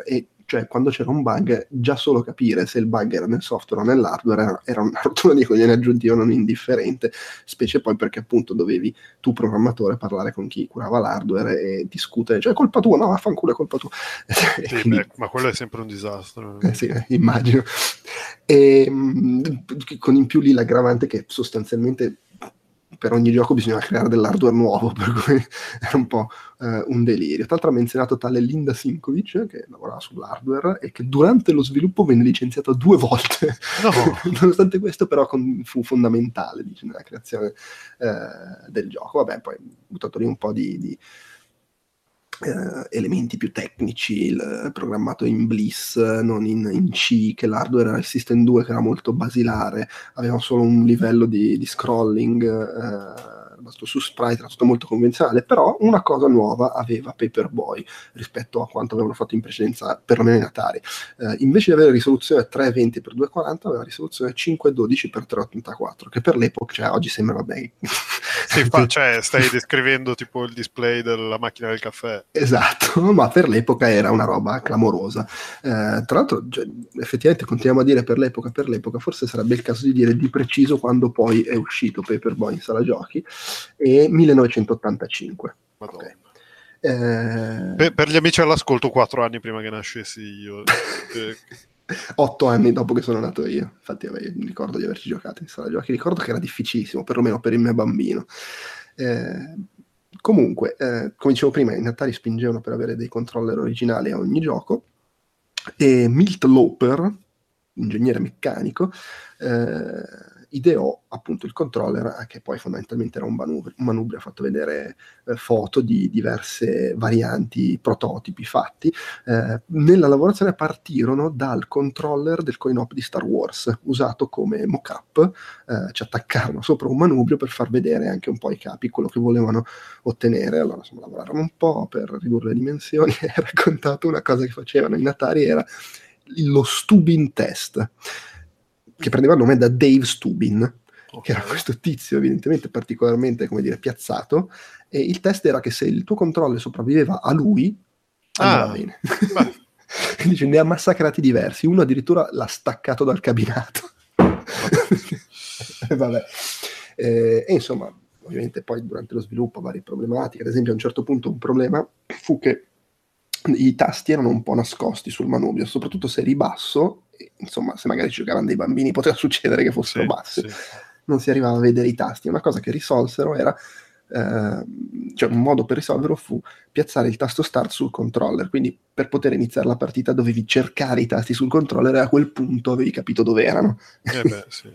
cioè quando c'era un bug, già solo capire se il bug era nel software o nell'hardware era una rottura di coglioni aggiuntiva non indifferente, specie poi perché appunto dovevi tu programmatore parlare con chi curava l'hardware e discutere, cioè è colpa tua, no, vaffanculo, è colpa tua.
Sì,
Quindi,
ma quello è sempre un disastro.
sì, immagino. E con in più lì l'aggravante che sostanzialmente per ogni gioco bisogna creare dell'hardware nuovo, per cui era un po' un delirio. Tra l'altro ha menzionato tale Linda Sinkovic, che lavorava sull'hardware e che durante lo sviluppo venne licenziata 2 volte.
No.
Nonostante questo però fu fondamentale, dice, nella creazione del gioco. Vabbè, poi buttato lì un po' di elementi più tecnici, il programmato in Bliss, non in C, che l'hardware era il System 2 che era molto basilare, aveva solo un livello di scrolling, su Sprite era tutto molto convenzionale, però una cosa nuova aveva Paperboy rispetto a quanto avevano fatto in precedenza, perlomeno in Atari. Invece di avere risoluzione 320x240 aveva risoluzione 512x384, che per l'epoca, cioè oggi sembra vabbè.
Sì, cioè stai descrivendo tipo il display della macchina del caffè.
Esatto, ma per l'epoca era una roba clamorosa. Tra l'altro, cioè, effettivamente continuiamo a dire per l'epoca, forse sarebbe il caso di dire di preciso quando poi è uscito Paperboy in sala giochi, e 1985. Okay.
Per gli amici all'ascolto, 4 anni prima che nascessi io.
8 anni dopo che sono nato io, infatti ricordo di averci giocato in sala giochi, ricordo che era difficilissimo, perlomeno per il mio bambino. Comunque, come dicevo prima, in Atari spingevano per avere dei controller originali a ogni gioco, e Milt Loper, ingegnere meccanico, ideò appunto il controller, che poi fondamentalmente era un manubrio. Ha fatto vedere foto di diverse varianti, prototipi fatti. Nella lavorazione partirono dal controller del coin-op di Star Wars, usato come mock-up. Ci attaccarono sopra un manubrio per far vedere anche un po' i capi, quello che volevano ottenere. Allora insomma lavorarono un po' per ridurre le dimensioni e ha raccontato una cosa che facevano in Atari, era lo Stubin test, che prendeva il nome da Dave Stubin, okay, che era questo tizio evidentemente particolarmente, come dire, piazzato, e il test era che se il tuo controller sopravviveva a lui, andava bene. Dice, ne ha massacrati diversi, uno addirittura l'ha staccato dal cabinato. Vabbè. E insomma, ovviamente poi durante lo sviluppo varie problematiche. Ad esempio a un certo punto un problema fu che i tasti erano un po' nascosti sul manubrio, soprattutto se eri basso, insomma, se magari ci giocavano dei bambini poteva succedere che fossero bassi, non si arrivava a vedere i tasti. Una cosa che risolsero era, cioè un modo per risolverlo fu piazzare il tasto start sul controller, quindi per poter iniziare la partita dovevi cercare i tasti sul controller e a quel punto avevi capito dove erano.
Sì.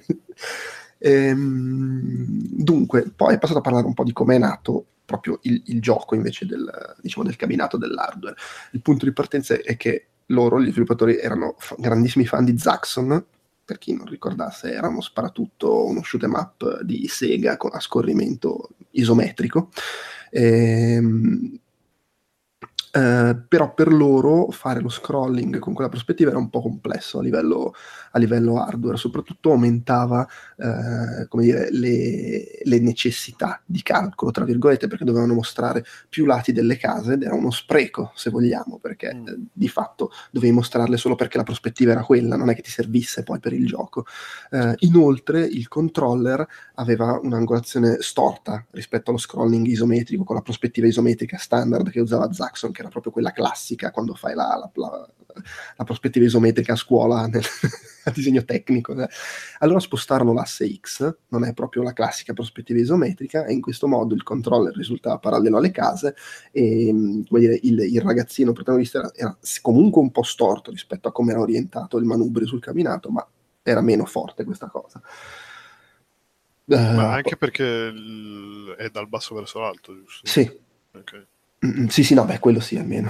Dunque, poi è passato a parlare un po' di come è nato proprio il gioco invece del cabinato dell'hardware. Il punto di partenza è che loro, gli sviluppatori, erano grandissimi fan di Zaxxon. Per chi non ricordasse, era uno sparatutto, uno shoot 'em up di Sega a scorrimento isometrico. Però per loro fare lo scrolling con quella prospettiva era un po' complesso a livello hardware, soprattutto aumentava come dire, le necessità di calcolo, tra virgolette, perché dovevano mostrare più lati delle case ed era uno spreco, se vogliamo, perché di fatto dovevi mostrarle solo perché la prospettiva era quella, non è che ti servisse poi per il gioco. Inoltre il controller aveva un'angolazione storta rispetto allo scrolling isometrico con la prospettiva isometrica standard che usava Zaxxon, che era proprio quella classica quando fai la prospettiva isometrica a scuola a disegno tecnico. Allora spostarono l'asse X, non è proprio la classica prospettiva isometrica, e in questo modo il controller risultava parallelo alle case e, come dire, il ragazzino protagonista era comunque un po' storto rispetto a come era orientato il manubrio sul cabinato, ma era meno forte questa cosa.
Ma anche perché è dal basso verso l'alto, giusto?
Sì.
Okay.
Sì, no, beh, quello sì, almeno.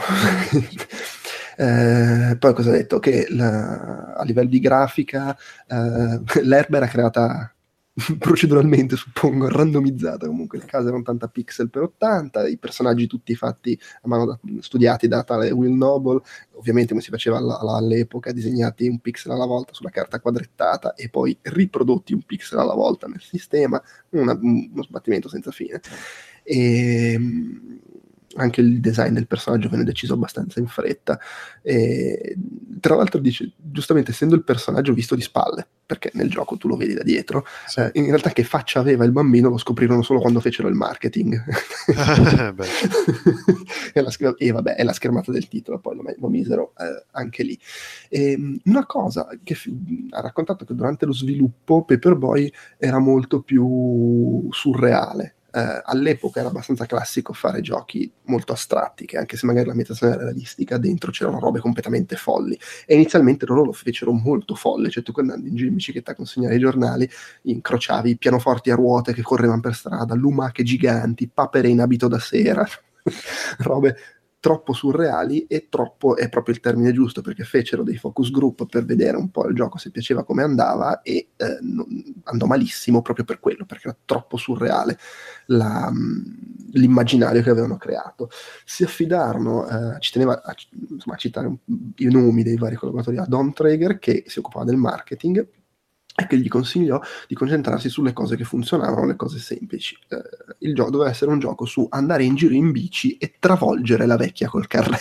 Poi cosa ha detto? Che a livello di grafica l'erba era creata proceduralmente, suppongo, randomizzata. Comunque le case erano 80 pixel per 80, i personaggi tutti fatti a mano, studiati da tale Will Noble, ovviamente come si faceva all'epoca, disegnati un pixel alla volta sulla carta quadrettata e poi riprodotti un pixel alla volta nel sistema, uno sbattimento senza fine. anche il design del personaggio venne deciso abbastanza in fretta. E, tra l'altro dice, giustamente essendo il personaggio visto di spalle, perché nel gioco tu lo vedi da dietro,
Sì.
in realtà che faccia aveva il bambino lo scoprirono solo quando fecero il marketing.
Beh.
E vabbè, è la schermata del titolo, poi lo misero anche lì. Una cosa che ha raccontato che durante lo sviluppo Paperboy era molto più surreale. All'epoca era abbastanza classico fare giochi molto astratti, che anche se magari l'ambientazione era realistica, dentro c'erano robe completamente folli. E inizialmente loro lo fecero molto folle, cioè tu andando in giro in bicicletta a consegnare i giornali, incrociavi pianoforti a ruote che correvano per strada, lumache giganti, papere in abito da sera, robe troppo surreali, e troppo è proprio il termine giusto, perché fecero dei focus group per vedere un po' il gioco se piaceva, come andava, e andò malissimo proprio per quello, perché era troppo surreale l'immaginario che avevano creato. Si affidarono, ci teneva a citare i nomi dei vari collaboratori, a Don Traeger, che si occupava del marketing e che gli consigliò di concentrarsi sulle cose che funzionavano, le cose semplici. Il gioco doveva essere un gioco su andare in giro in bici e travolgere la vecchia col carrello.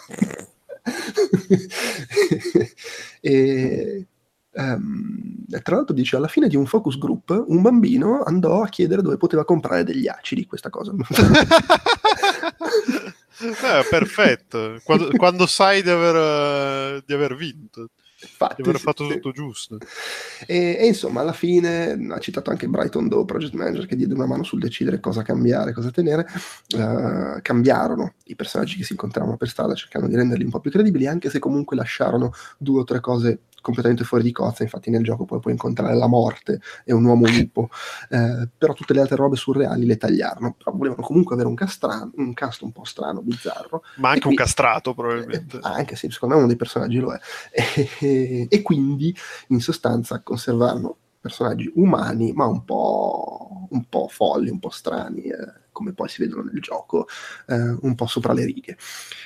E tra l'altro dice, alla fine di un focus group un bambino andò a chiedere dove poteva comprare degli acidi. Questa cosa
perfetto, quando sai di aver vinto.
Infatti,
di aver fatto tutto giusto.
E insomma, alla fine ha citato anche Brighton Doe, project manager, che diede una mano sul decidere cosa cambiare, cosa tenere. Cambiarono i personaggi che si incontravano per strada, cercando di renderli un po' più credibili, anche se comunque lasciarono 2 o 3 cose completamente fuori di cozza. Infatti nel gioco poi puoi incontrare la morte e un uomo lupo, però tutte le altre robe surreali le tagliarono. Però volevano comunque avere un cast un po' strano, bizzarro,
ma anche
un
castrato probabilmente,
anche se secondo me uno dei personaggi lo è, e quindi in sostanza conservarono personaggi umani ma un po' folli, un po' strani, come poi si vedono nel gioco, un po' sopra le righe.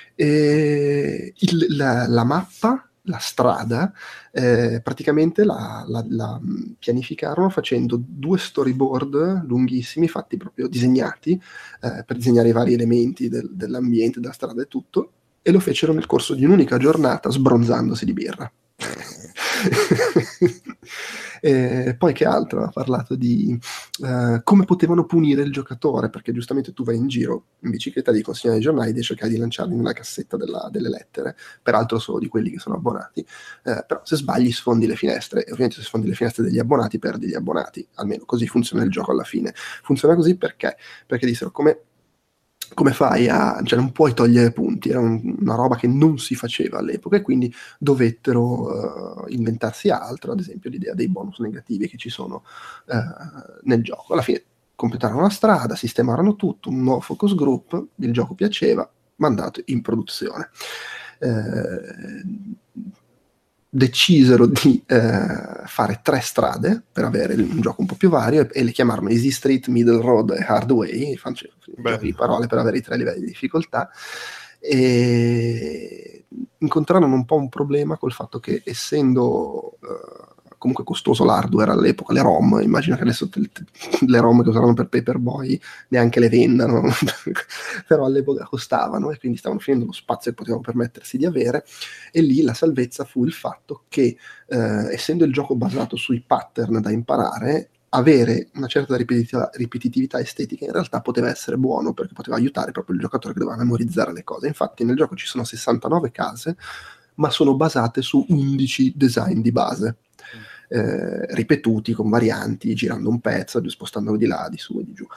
La mappa, la strada, praticamente la pianificarono facendo 2 storyboard lunghissimi, fatti proprio disegnati, per disegnare i vari elementi dell'ambiente, della strada e tutto, e lo fecero nel corso di un'unica giornata, sbronzandosi di birra. Poi che altro? Ha parlato di come potevano punire il giocatore, perché giustamente tu vai in giro in bicicletta, devi consegnare i giornali, devi cercare di lanciarli nella cassetta delle lettere, peraltro solo di quelli che sono abbonati, però se sbagli sfondi le finestre, e ovviamente se sfondi le finestre degli abbonati perdi gli abbonati, almeno così funziona il gioco alla fine. Funziona così perché dissero, come fai cioè non puoi togliere punti, era una roba che non si faceva all'epoca, e quindi dovettero inventarsi altro, ad esempio l'idea dei bonus negativi che ci sono nel gioco. Alla fine completarono la strada, sistemarono tutto, un nuovo focus group, il gioco piaceva, mandato in produzione. Decisero di fare 3 strade per avere un gioco un po' più vario, e le chiamarono Easy Street, Middle Road e Hard Way, giochi di parole per avere i 3 livelli di difficoltà. E incontrarono un po' un problema col fatto che, essendo comunque costoso l'hardware all'epoca, le ROM, immagino che adesso le ROM che usarono per Paperboy neanche le vendano, però all'epoca costavano e quindi stavano finendo lo spazio che potevano permettersi di avere, e lì la salvezza fu il fatto che, essendo il gioco basato sui pattern da imparare, avere una certa ripetitività estetica in realtà poteva essere buono, perché poteva aiutare proprio il giocatore che doveva memorizzare le cose. Infatti nel gioco ci sono 69 case, ma sono basate su 11 design di base, ripetuti con varianti, girando un pezzo, spostandolo di là, di su e di giù.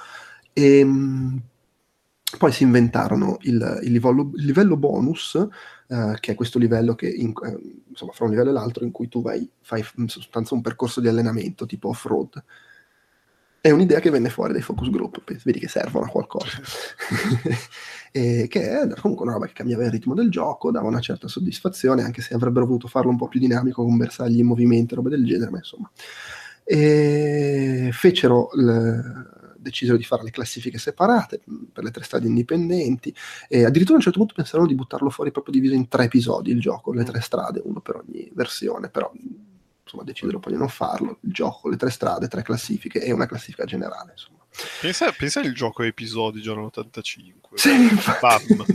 Poi si inventarono il livello bonus, che è questo livello che insomma, fra un livello e l'altro, in cui tu fai in sostanza un percorso di allenamento tipo off-road. È un'idea che venne fuori dai focus group, vedi che servono a qualcosa. Che è comunque una roba che cambiava il ritmo del gioco, dava una certa soddisfazione, anche se avrebbero voluto farlo un po' più dinamico con bersagli in movimento, robe del genere, ma insomma. Decisero di fare le classifiche separate per le 3 strade indipendenti, e addirittura a un certo punto pensarono di buttarlo fuori proprio diviso in 3 episodi il gioco, le 3 strade, uno per ogni versione, però insomma decisero poi di non farlo, il gioco, le 3 strade, 3 classifiche e una classifica generale, insomma.
Pensa il gioco a episodi giorno 85.
Sì, infatti.
Bam.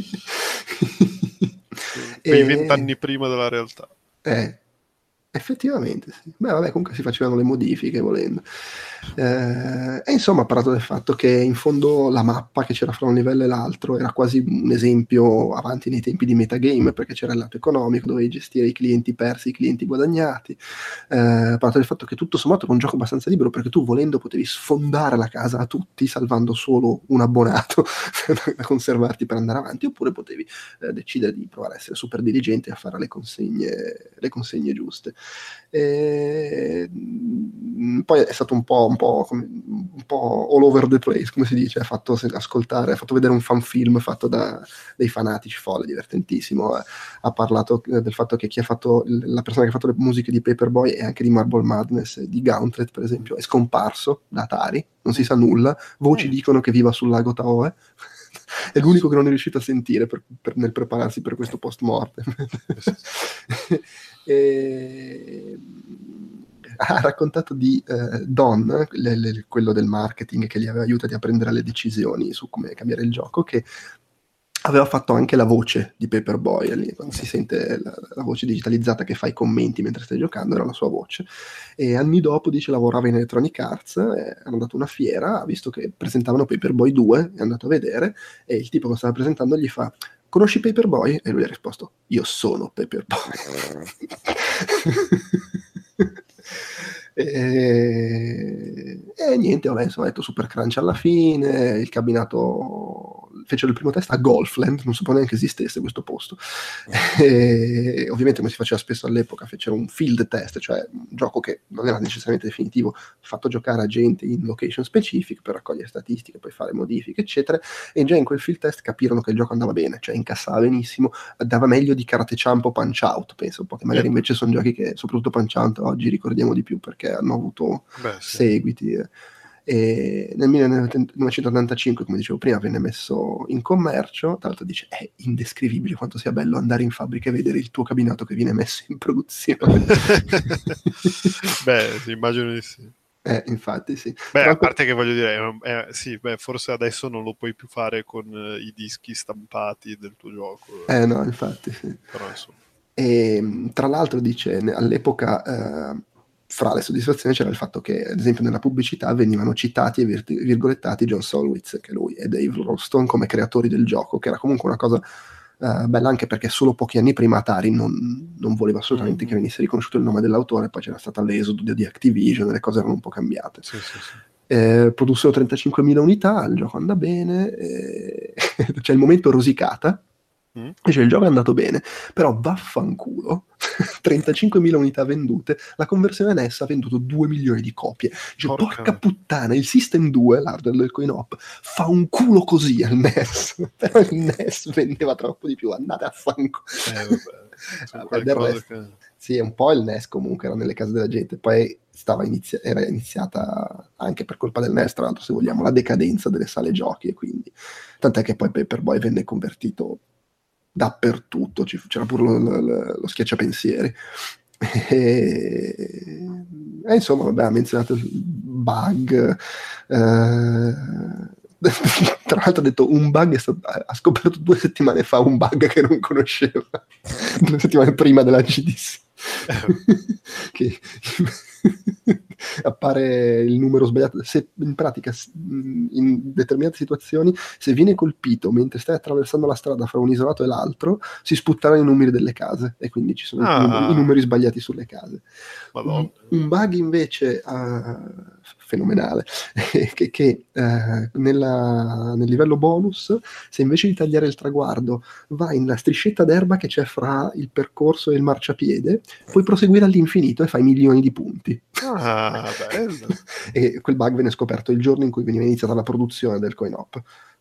Quei 20 anni prima della realtà.
Effettivamente sì. Beh, vabbè, comunque si facevano le modifiche volendo. E insomma, ha parlato del fatto che in fondo la mappa che c'era fra un livello e l'altro era quasi un esempio avanti nei tempi di metagame, perché c'era il lato economico, dovevi gestire i clienti persi, i clienti guadagnati. Ha parlato del fatto che tutto sommato era un gioco abbastanza libero, perché tu volendo potevi sfondare la casa a tutti, salvando solo un abbonato da conservarti per andare avanti, oppure potevi decidere di provare a essere super diligente e a fare le consegne giuste. Poi è stato un po' all over the place, come si dice, ha fatto vedere un fan film fatto da dei fanatici, folle, divertentissimo. Ha parlato del fatto che la persona che ha fatto le musiche di Paperboy e anche di Marble Madness e di Gauntlet, per esempio, è scomparso da Atari, non si sa nulla, voci dicono che viva sul lago Tahoe. È l'unico che non è riuscito a sentire nel prepararsi per questo post mortem. Ha raccontato di Don, quello del marketing che gli aveva aiutati a prendere le decisioni su come cambiare il gioco, che aveva fatto anche la voce di Paperboy, lì, quando si sente la voce digitalizzata che fa i commenti mentre stai giocando, era la sua voce. E anni dopo, dice, lavorava in Electronic Arts, è andato a una fiera, ha visto che presentavano Paperboy 2, è andato a vedere, e il tipo che stava presentando gli fa: conosci Paperboy? E lui ha risposto: io sono Paperboy. E niente, vabbè, insomma, ha detto super crunch alla fine, il cabinato, fecero il primo test a Golfland, non sapevo neanche esistesse questo posto. E ovviamente, come si faceva spesso all'epoca, fecero un field test, cioè un gioco che non era necessariamente definitivo, fatto giocare a gente in location specific per raccogliere statistiche, poi fare modifiche, eccetera, e già in quel field test capirono che il gioco andava bene, cioè incassava benissimo, andava meglio di Karate Champ o Punch Out, penso un po', che magari invece sono giochi che, soprattutto Punch Out, oggi ricordiamo di più perché hanno avuto seguiti. E nel 1985, come dicevo prima, venne messo in commercio. Tra l'altro dice: è indescrivibile quanto sia bello andare in fabbrica e vedere il tuo cabinato che viene messo in produzione.
Beh, immagino di sì.
Infatti sì.
Beh, a parte che voglio dire, sì, forse adesso non lo puoi più fare con i dischi stampati del tuo gioco.
No, infatti sì.
Però insomma.
E tra l'altro dice, all'epoca fra le soddisfazioni c'era il fatto che, ad esempio, nella pubblicità venivano citati e virgolettati John Solwitz, che lui, e Dave Rolston come creatori del gioco, che era comunque una cosa bella, anche perché solo pochi anni prima Atari non voleva assolutamente che venisse riconosciuto il nome dell'autore, poi c'era stata l'esodo di Activision e le cose erano un po' cambiate.
Sì.
Produssero 35.000 unità, il gioco anda bene, c'è il momento rosicata. Invece il gioco è andato bene, però vaffanculo, 35.000 unità vendute, la conversione NES ha venduto 2 milioni di copie. Dice, porca puttana, il System 2, l'hardware del coin-op, fa un culo così al NES, però il NES vendeva troppo di più, andate a fanculo. Sì, un po' il NES comunque era nelle case della gente, poi era iniziata anche per colpa del NES, tra l'altro, se vogliamo, la decadenza delle sale giochi, e quindi tant'è che poi Paperboy venne convertito dappertutto, c'era pure lo schiacciapensieri. E insomma, vabbè, ha menzionato il bug. Tra l'altro ha detto un bug, ha scoperto 2 settimane fa un bug che non conosceva, 2 settimane prima della GDC. Che appare il numero sbagliato. Se in pratica, in determinate situazioni, se viene colpito mentre stai attraversando la strada fra un isolato e l'altro, si sputtano i numeri delle case e quindi ci sono i numeri sbagliati sulle case. Un bug invece fenomenale che nel livello bonus, se invece di tagliare il traguardo vai nella striscetta d'erba che c'è fra il percorso e il marciapiede, puoi proseguire all'infinito e fai milioni di punti.
Bello.
E quel bug venne scoperto il giorno in cui veniva iniziata la produzione del coin-op.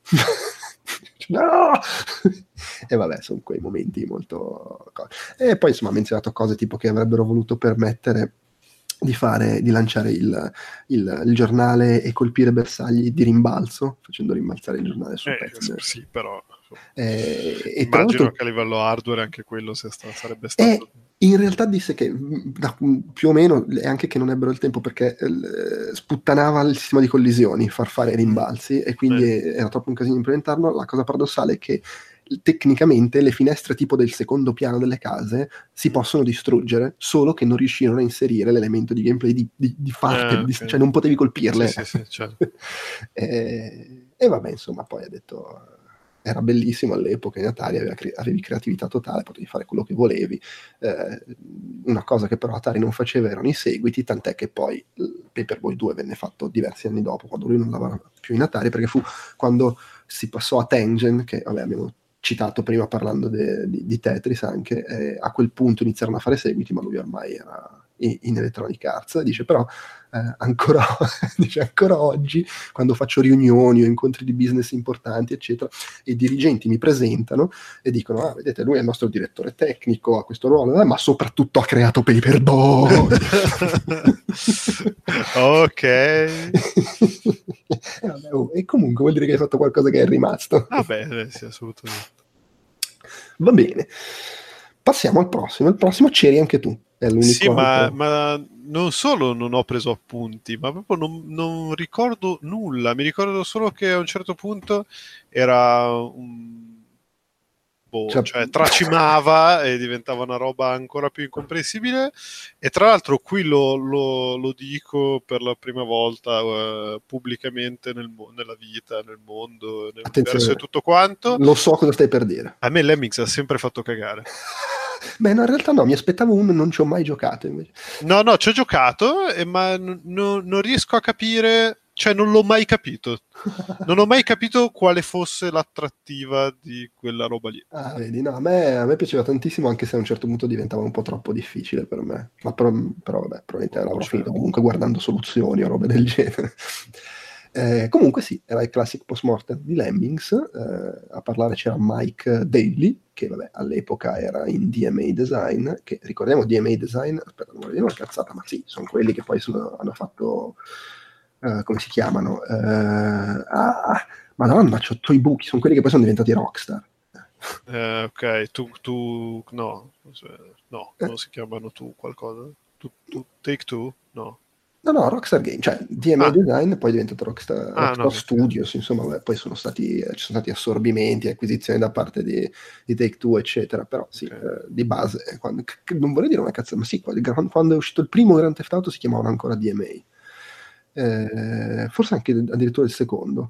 No! E vabbè, sono quei momenti molto... E poi insomma ha menzionato cose tipo che avrebbero voluto permettere di lanciare il giornale e colpire bersagli di rimbalzo, facendo rimbalzare il giornale sul pezzo.
Sì, però
e
immagino che a livello hardware anche quello sarebbe stato
In realtà disse che più o meno è anche che non ebbero il tempo perché sputtanava il sistema di collisioni far fare i rimbalzi e quindi era troppo un casino implementarlo. La cosa paradossale è che tecnicamente le finestre tipo del secondo piano delle case si possono distruggere, solo che non riuscirono a inserire l'elemento di gameplay di fartele,
okay.
cioè non potevi colpirle.
Sì, certo.
E vabbè, insomma, poi ha detto era bellissimo all'epoca in Atari, avevi creatività totale, potevi fare quello che volevi. Una cosa che però Atari non faceva erano i seguiti, tant'è che poi Paperboy 2 venne fatto diversi anni dopo, quando lui non lavorava più in Atari, perché fu quando si passò a Tengen, che vabbè, abbiamo citato prima parlando di Tetris anche, a quel punto iniziarono a fare seguiti, ma lui ormai era in Electronic Arts. Dice però ancora oggi, quando faccio riunioni o incontri di business importanti eccetera, i dirigenti mi presentano e dicono vedete, lui è il nostro direttore tecnico, ha questo ruolo, ma soprattutto ha creato Paperboy.
Ok.
E comunque vuol dire che hai fatto qualcosa che è rimasto.
Vabbè, sì, assolutamente.
Va bene, passiamo al prossimo. Il prossimo c'eri anche tu. È l'unico
sì, ma non solo non ho preso appunti, ma proprio non ricordo nulla. Mi ricordo solo che a un certo punto era cioè tracimava e diventava una roba ancora più incomprensibile. E tra l'altro qui lo dico per la prima volta pubblicamente nella vita, nel mondo, nell'universo e tutto quanto.
Lo so cosa stai per dire.
A me Lemmings ha sempre fatto cagare.
Beh, no, in realtà no, mi aspettavo uno e non ci ho mai giocato invece.
No, ci ho giocato, ma non riesco a capire, cioè non l'ho mai capito. Non ho mai capito quale fosse l'attrattiva di quella roba lì.
Vedi, no, a me piaceva tantissimo, anche se a un certo punto diventava un po' troppo difficile per me. Ma però vabbè, probabilmente l'avrò finito comunque guardando soluzioni o robe del genere. Comunque sì, era il classic post-mortem di Lemmings. A parlare c'era Mike Daly, che vabbè, all'epoca era in DMA Design, che ricordiamo DMA Design, aspetta, non voglio dire una cazzata, ma sì, sono quelli che poi hanno fatto, come si chiamano? Madonna, c'ho i buchi, sono quelli che poi sono diventati Rockstar.
Ok, no, non si chiamano qualcosa? Take-Two? No.
No, Rockstar Game, cioè DMA Design, poi è diventato Rockstar Studios, okay. Insomma, poi ci sono stati assorbimenti, acquisizioni da parte di Take-Two, eccetera, però sì, okay. Di base, non vorrei dire una cazzata, ma sì, quando è uscito il primo Grand Theft Auto si chiamavano ancora DMA, forse anche addirittura il secondo.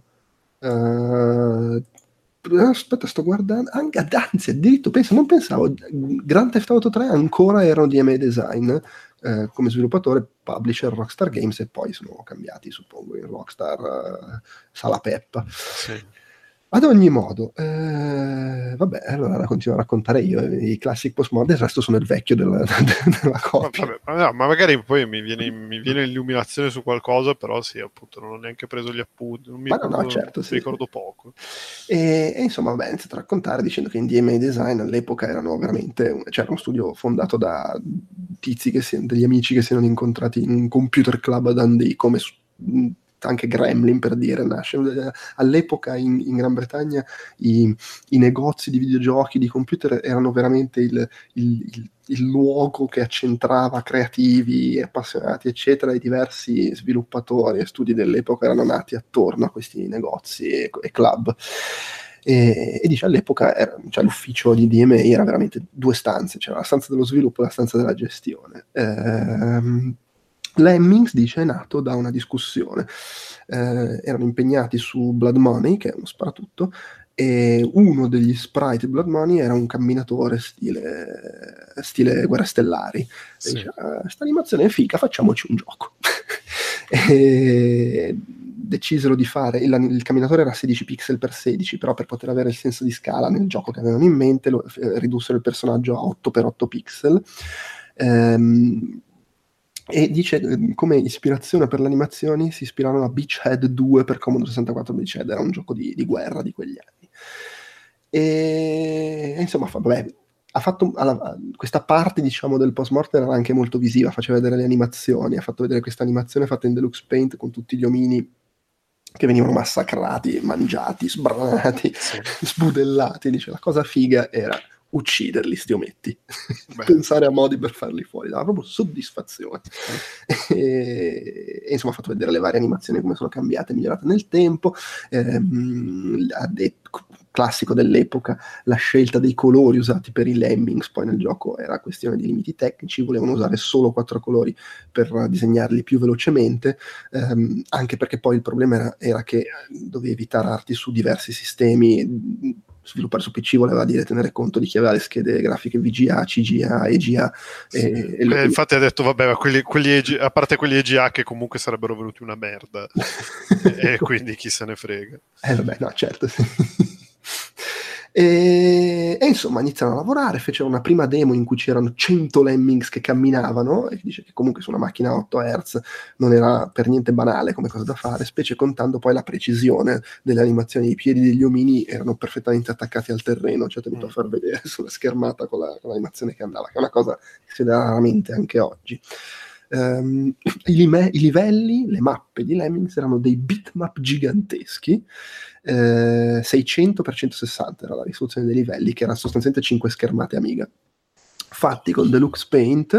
Aspetta, sto guardando, anzi, addirittura, non pensavo, Grand Theft Auto 3 ancora erano DMA Design, come sviluppatore, publisher Rockstar Games, e poi sono cambiati, suppongo, in Rockstar Sala Peppa.
Sì.
Ad ogni modo, vabbè, allora continuo a raccontare io i classic postmodern, il resto sono il vecchio della coppia.
Ma magari poi mi viene l'illuminazione su qualcosa, però sì, appunto, non ho neanche preso gli appunti, non mi ricordo poco.
E insomma, vabbè, ho iniziato a raccontare dicendo che in DMA Design all'epoca erano veramente, c'era uno studio fondato da tizi degli amici che si erano incontrati in un computer club ad Dundee, come anche Gremlin, per dire, nasce all'epoca in Gran Bretagna i negozi di videogiochi, di computer erano veramente il luogo che accentrava creativi, appassionati eccetera, e diversi sviluppatori e studi dell'epoca erano nati attorno a questi negozi e club. E dice all'epoca cioè l'ufficio di DMA era veramente 2 stanze, c'era la stanza dello sviluppo e la stanza della gestione. Lemmings, dice, è nato da una discussione. Erano impegnati su Blood Money, che è uno sparatutto, e uno degli sprite di Blood Money era un camminatore stile Guerre Stellari.
Sì.
Dice, questa animazione è figa, facciamoci un gioco. E decisero di fare il camminatore era 16 pixel per 16, però per poter avere il senso di scala nel gioco che avevano in mente ridussero il personaggio a 8 per 8 pixel. E dice come ispirazione per le animazioni si ispirarono a Beachhead 2 per Commodore 64. Beachhead era un gioco di guerra di quegli anni, e insomma vabbè, ha fatto questa parte, diciamo, del post-mortem era anche molto visiva, faceva vedere le animazioni, ha fatto vedere questa animazione fatta in Deluxe Paint con tutti gli omini che venivano massacrati, mangiati, sbranati, sbudellati. Dice la cosa figa era ucciderli sti ometti.
Beh.
Pensare a modi per farli fuori, dava proprio soddisfazione. E insomma ha fatto vedere le varie animazioni come sono cambiate, migliorate nel tempo. Ha detto, classico dell'epoca, la scelta dei colori usati per i Lemmings, poi nel gioco era questione di limiti tecnici, volevano usare solo 4 colori per disegnarli più velocemente, anche perché poi il problema era che dovevi tararti su diversi sistemi. Sviluppare su PC voleva dire tenere conto di chi aveva le schede grafiche VGA, CGA, EGA.
Infatti ha detto, vabbè, ma a parte quelli EGA che comunque sarebbero venuti una merda, e quindi chi se ne frega.
Vabbè, no, certo. E insomma iniziarono a lavorare, fecero una prima demo in cui c'erano 100 Lemmings che camminavano, e dice che comunque su una macchina a 8 Hz non era per niente banale come cosa da fare, specie contando poi la precisione delle animazioni. I piedi degli omini erano perfettamente attaccati al terreno, ci ha tenuto a far vedere sulla schermata con l'animazione che andava, che è una cosa che si vede raramente anche oggi. I livelli, le mappe di Lemmings erano dei bitmap giganteschi, 600x160 era la risoluzione dei livelli, che era sostanzialmente 5 schermate Amiga, fatti con Deluxe Paint,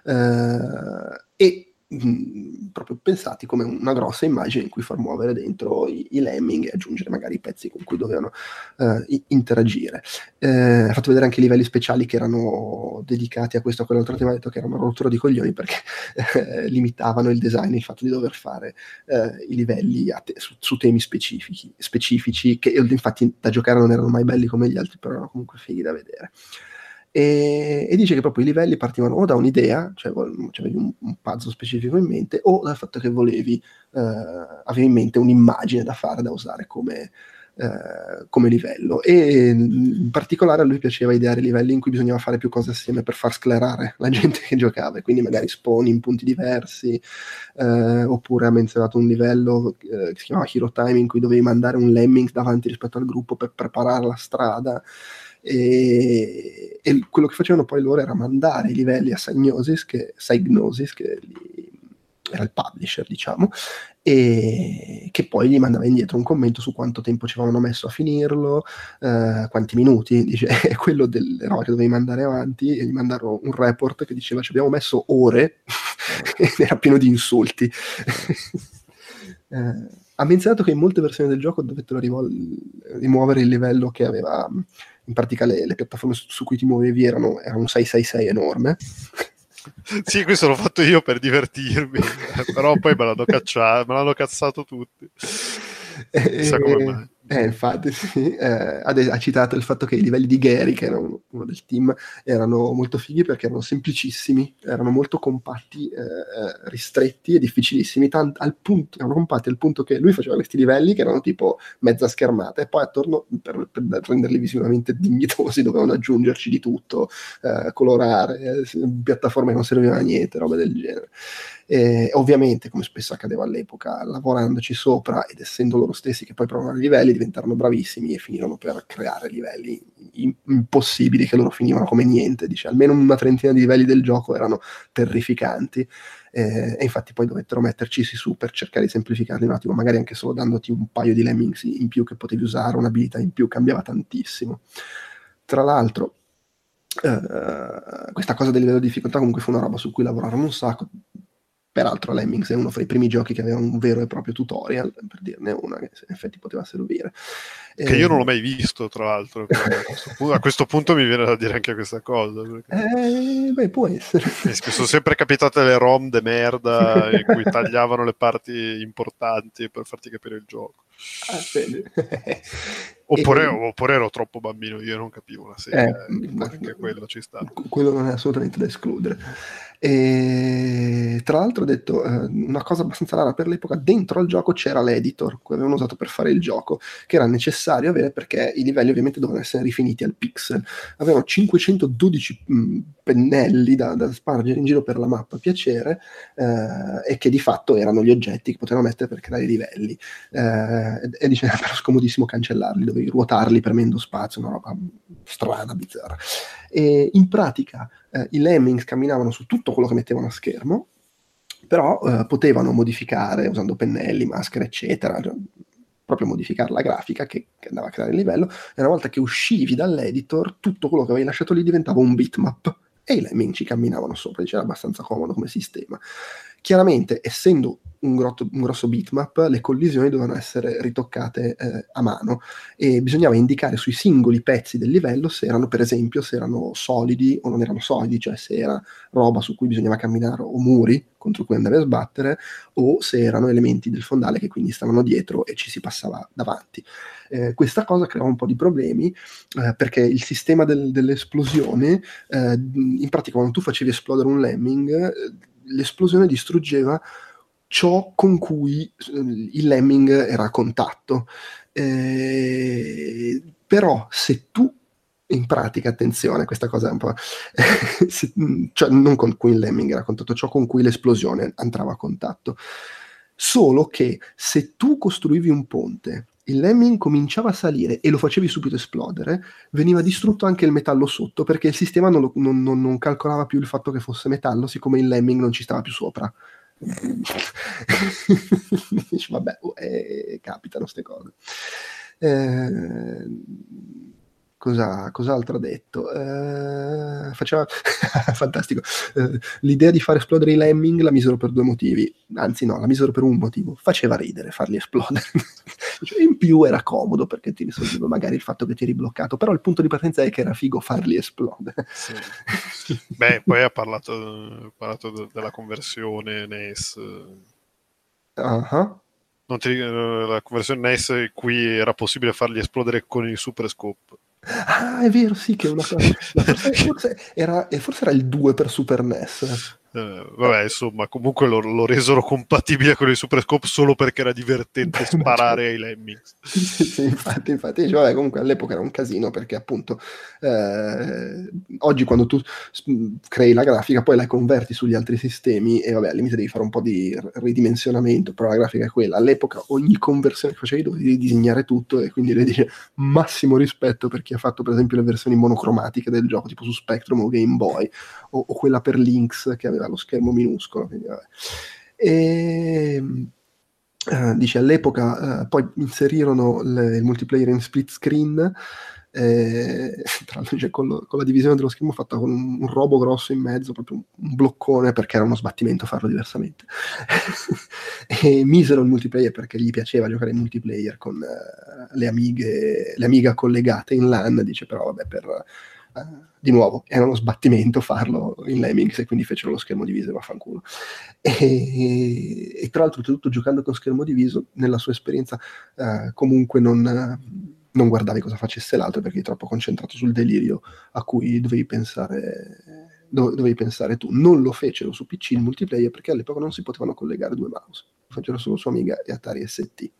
e proprio pensati come una grossa immagine in cui far muovere dentro i lemming e aggiungere magari i pezzi con cui dovevano interagire. Ha fatto vedere anche i livelli speciali che erano dedicati a questo o quell'altro tema, ha detto che era una rottura di coglioni perché limitavano il design, il fatto di dover fare i livelli su temi specifici, che infatti da giocare non erano mai belli come gli altri, però erano comunque fighi da vedere. E dice che proprio i livelli partivano o da un'idea, cioè avevi un puzzle specifico in mente, o dal fatto che avevi in mente un'immagine da fare, da usare come livello. E in particolare a lui piaceva ideare livelli in cui bisognava fare più cose assieme per far sclerare la gente che giocava, quindi magari spawni in punti diversi, oppure ha menzionato un livello che si chiamava Hero Time, in cui dovevi mandare un lemming davanti rispetto al gruppo per preparare la strada. E quello che facevano poi loro era mandare i livelli a Psygnosis, che era il publisher, diciamo, e che poi gli mandava indietro un commento su quanto tempo ci avevano messo a finirlo, quanti minuti, dice, e quello dell'eroe che dovevi mandare avanti, e gli mandarono un report che diceva ci abbiamo messo ore, ed era pieno di insulti. Ha menzionato che in molte versioni del gioco dovettero rimuovere il livello che aveva, in pratica le piattaforme su cui ti muovevi erano un 666 enorme.
Sì, questo l'ho fatto io per divertirmi, però poi me l'hanno cazzato tutti. Chissà come mai.
Infatti sì. Ha citato il fatto che i livelli di Gary, che era uno del team, erano molto fighi perché erano semplicissimi, erano molto compatti, ristretti e difficilissimi, erano compatti al punto che lui faceva questi livelli che erano tipo mezza schermata, e poi attorno, per renderli visivamente dignitosi, dovevano aggiungerci di tutto, colorare, piattaforme che non servivano a niente, roba del genere. Ovviamente, come spesso accadeva all'epoca, lavorandoci sopra ed essendo loro stessi che poi provavano i livelli, diventarono bravissimi e finirono per creare livelli impossibili che loro finivano come niente. Dice, almeno una trentina di livelli del gioco erano terrificanti, e infatti poi dovettero metterci su per cercare di semplificarli un attimo, magari anche solo dandoti un paio di lemmings in più che potevi usare, un'abilità in più, cambiava tantissimo. Tra l'altro questa cosa del livello di difficoltà comunque fu una roba su cui lavorarono un sacco. Peraltro Lemmings è uno fra i primi giochi che aveva un vero e proprio tutorial, per dirne una che in effetti poteva servire.
Che io non l'ho mai visto, tra l'altro. A questo punto mi viene da dire anche questa cosa.
Beh, può essere.
Mi sono sempre capitate le ROM de merda in cui tagliavano le parti importanti per farti capire il gioco. Oppure ero troppo bambino, io non capivo la serie, anche quello ci sta.
Quello non è assolutamente da escludere. E tra l'altro ho detto una cosa abbastanza rara per l'epoca: dentro al gioco c'era l'editor che avevano usato per fare il gioco, che era necessario avere perché i livelli ovviamente dovevano essere rifiniti al pixel. Avevano 512 pennelli da spargere in giro per la mappa a piacere, e che di fatto erano gli oggetti che potevano mettere per creare i livelli, e diceva era scomodissimo cancellarli, dovevi ruotarli premendo spazio, una roba strana, bizzarra. E in pratica i Lemmings camminavano su tutto quello che mettevano a schermo, però potevano modificare usando pennelli, maschere, eccetera. proprio modificare la grafica che andava a creare il livello, e una volta che uscivi dall'editor, tutto quello che avevi lasciato lì diventava un bitmap, e i lemming ci camminavano sopra, c'era abbastanza comodo come sistema. Chiaramente, essendo un grosso bitmap, le collisioni dovevano essere ritoccate a mano, e bisognava indicare sui singoli pezzi del livello se erano, per esempio, se erano solidi o non erano solidi, cioè se era roba su cui bisognava camminare o muri contro cui andare a sbattere, o se erano elementi del fondale che quindi stavano dietro e ci si passava davanti. Questa cosa creava un po' di problemi, perché il sistema dell'esplosione, in pratica quando tu facevi esplodere un lemming, l'esplosione distruggeva ciò con cui il lemming era a contatto. Però se tu, in pratica, attenzione, questa cosa è un po'... cioè non con cui il lemming era a contatto, ciò con cui l'esplosione entrava a contatto. Solo che se tu costruivi un ponte, il lemming cominciava a salire e lo facevi subito esplodere, veniva distrutto anche il metallo sotto, perché il sistema non calcolava più il fatto che fosse metallo, siccome il lemming non ci stava più sopra. Vabbè, capitano ste cose. Cos'altro ha detto? Faceva fantastico. L'idea di far esplodere i lemming la misero per 2 motivi, anzi no, la misero per un motivo: faceva ridere farli esplodere. Cioè, in più era comodo perché ti risolveva magari il fatto che ti eri bloccato, però il punto di partenza è che era figo farli esplodere.
Sì. Beh, poi ha parlato della conversione NES.
Uh-huh.
La conversione NES in cui era possibile farli esplodere con il Super Scope.
Ah, è vero, sì, che è una cosa. Forse era il 2 per Super NES.
Vabbè, insomma, comunque lo resero compatibile con il Super Scope solo perché era divertente sparare ai lemmings.
Sì, infatti, vabbè, comunque all'epoca era un casino, perché appunto oggi quando tu crei la grafica poi la converti sugli altri sistemi e vabbè, al limite devi fare un po' di ridimensionamento, però la grafica è quella. All'epoca ogni conversione che facevi dovevi disegnare tutto, e quindi le dice massimo rispetto per chi ha fatto per esempio le versioni monocromatiche del gioco, tipo su Spectrum o Game Boy, o quella per Lynx che aveva lo schermo minuscolo, quindi vabbè. Dice all'epoca poi inserirono il multiplayer in split screen, tra l'altro con la divisione dello schermo fatta con un robo grosso in mezzo, proprio un bloccone, perché era uno sbattimento farlo diversamente. E misero il multiplayer perché gli piaceva giocare in multiplayer con le amiche collegate in LAN, dice, però vabbè, di nuovo era uno sbattimento farlo in Lemmings, e quindi fecero lo schermo diviso e vaffanculo. E tra l'altro, tutto giocando con schermo diviso, nella sua esperienza comunque non guardavi cosa facesse l'altro, perché eri troppo concentrato sul delirio a cui dovevi pensare tu. Non lo fecero su PC il multiplayer perché all'epoca non si potevano collegare 2 mouse, lo fecero solo su Amiga e Atari ST.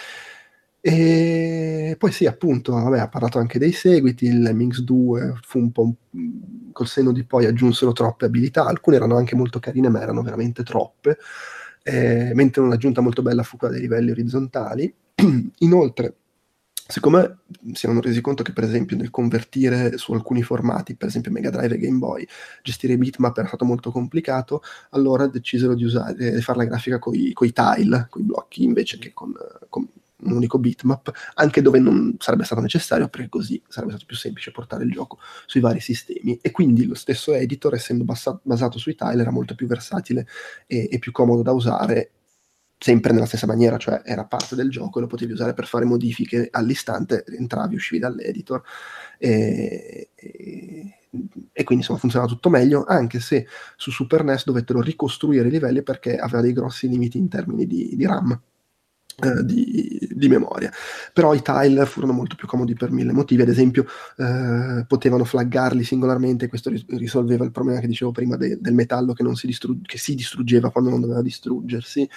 E poi sì, appunto, vabbè, ha parlato anche dei seguiti. Il Lemmings 2 fu un po' col senno di poi aggiunsero troppe abilità, alcune erano anche molto carine ma erano veramente troppe, mentre un'aggiunta molto bella fu quella dei livelli orizzontali. Inoltre, siccome si erano resi conto che per esempio nel convertire su alcuni formati, per esempio Mega Drive e Game Boy, gestire i bitmap era stato molto complicato, allora decisero di fare la grafica coi tile, coi blocchi, invece che con un unico bitmap, anche dove non sarebbe stato necessario, perché così sarebbe stato più semplice portare il gioco sui vari sistemi. E quindi lo stesso editor, essendo basato sui tile, era molto più versatile e più comodo da usare, sempre nella stessa maniera, cioè era parte del gioco e lo potevi usare per fare modifiche all'istante, entravi, uscivi dall'editor, e quindi insomma funzionava tutto meglio, anche se su Super NES dovettero ricostruire i livelli perché aveva dei grossi limiti in termini di RAM. Di memoria, però i tile furono molto più comodi per 1000 motivi. Ad esempio potevano flaggarli singolarmente, questo risolveva il problema che dicevo prima del metallo che che si distruggeva quando non doveva distruggersi.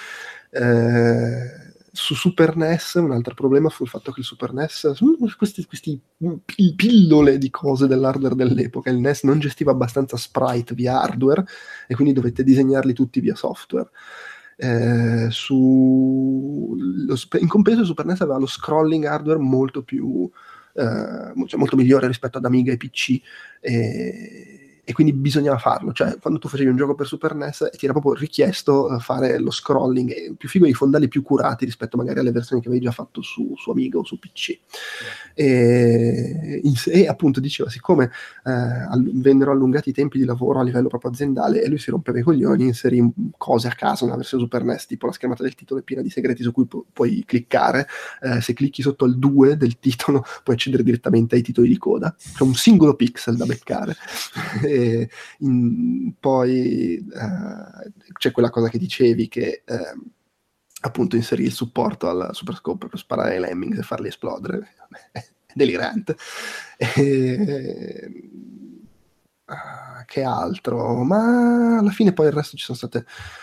Su Super NES un altro problema fu il fatto che il Super NES, questi pillole di cose dell'hardware dell'epoca, il NES non gestiva abbastanza sprite via hardware e quindi dovette disegnarli tutti via software. In compenso il Super NES aveva lo scrolling hardware molto più molto migliore rispetto ad Amiga e PC, e e quindi bisognava farlo, cioè quando tu facevi un gioco per Super NES ti era proprio richiesto fare lo scrolling, e più figo, i fondali più curati rispetto magari alle versioni che avevi già fatto su Amiga o su PC. E appunto diceva, siccome vennero allungati i tempi di lavoro a livello proprio aziendale e lui si rompeva i coglioni, inserì cose a caso nella versione Super NES, tipo la schermata del titolo è piena di segreti su cui puoi cliccare, se clicchi sotto il 2 del titolo puoi accedere direttamente ai titoli di coda, c'è un singolo pixel da beccare. Poi c'è quella cosa che dicevi che appunto inserì il supporto al Super Scope per sparare ai Lemmings e farli esplodere. È delirante. Che altro? Ma alla fine poi il resto ci sono state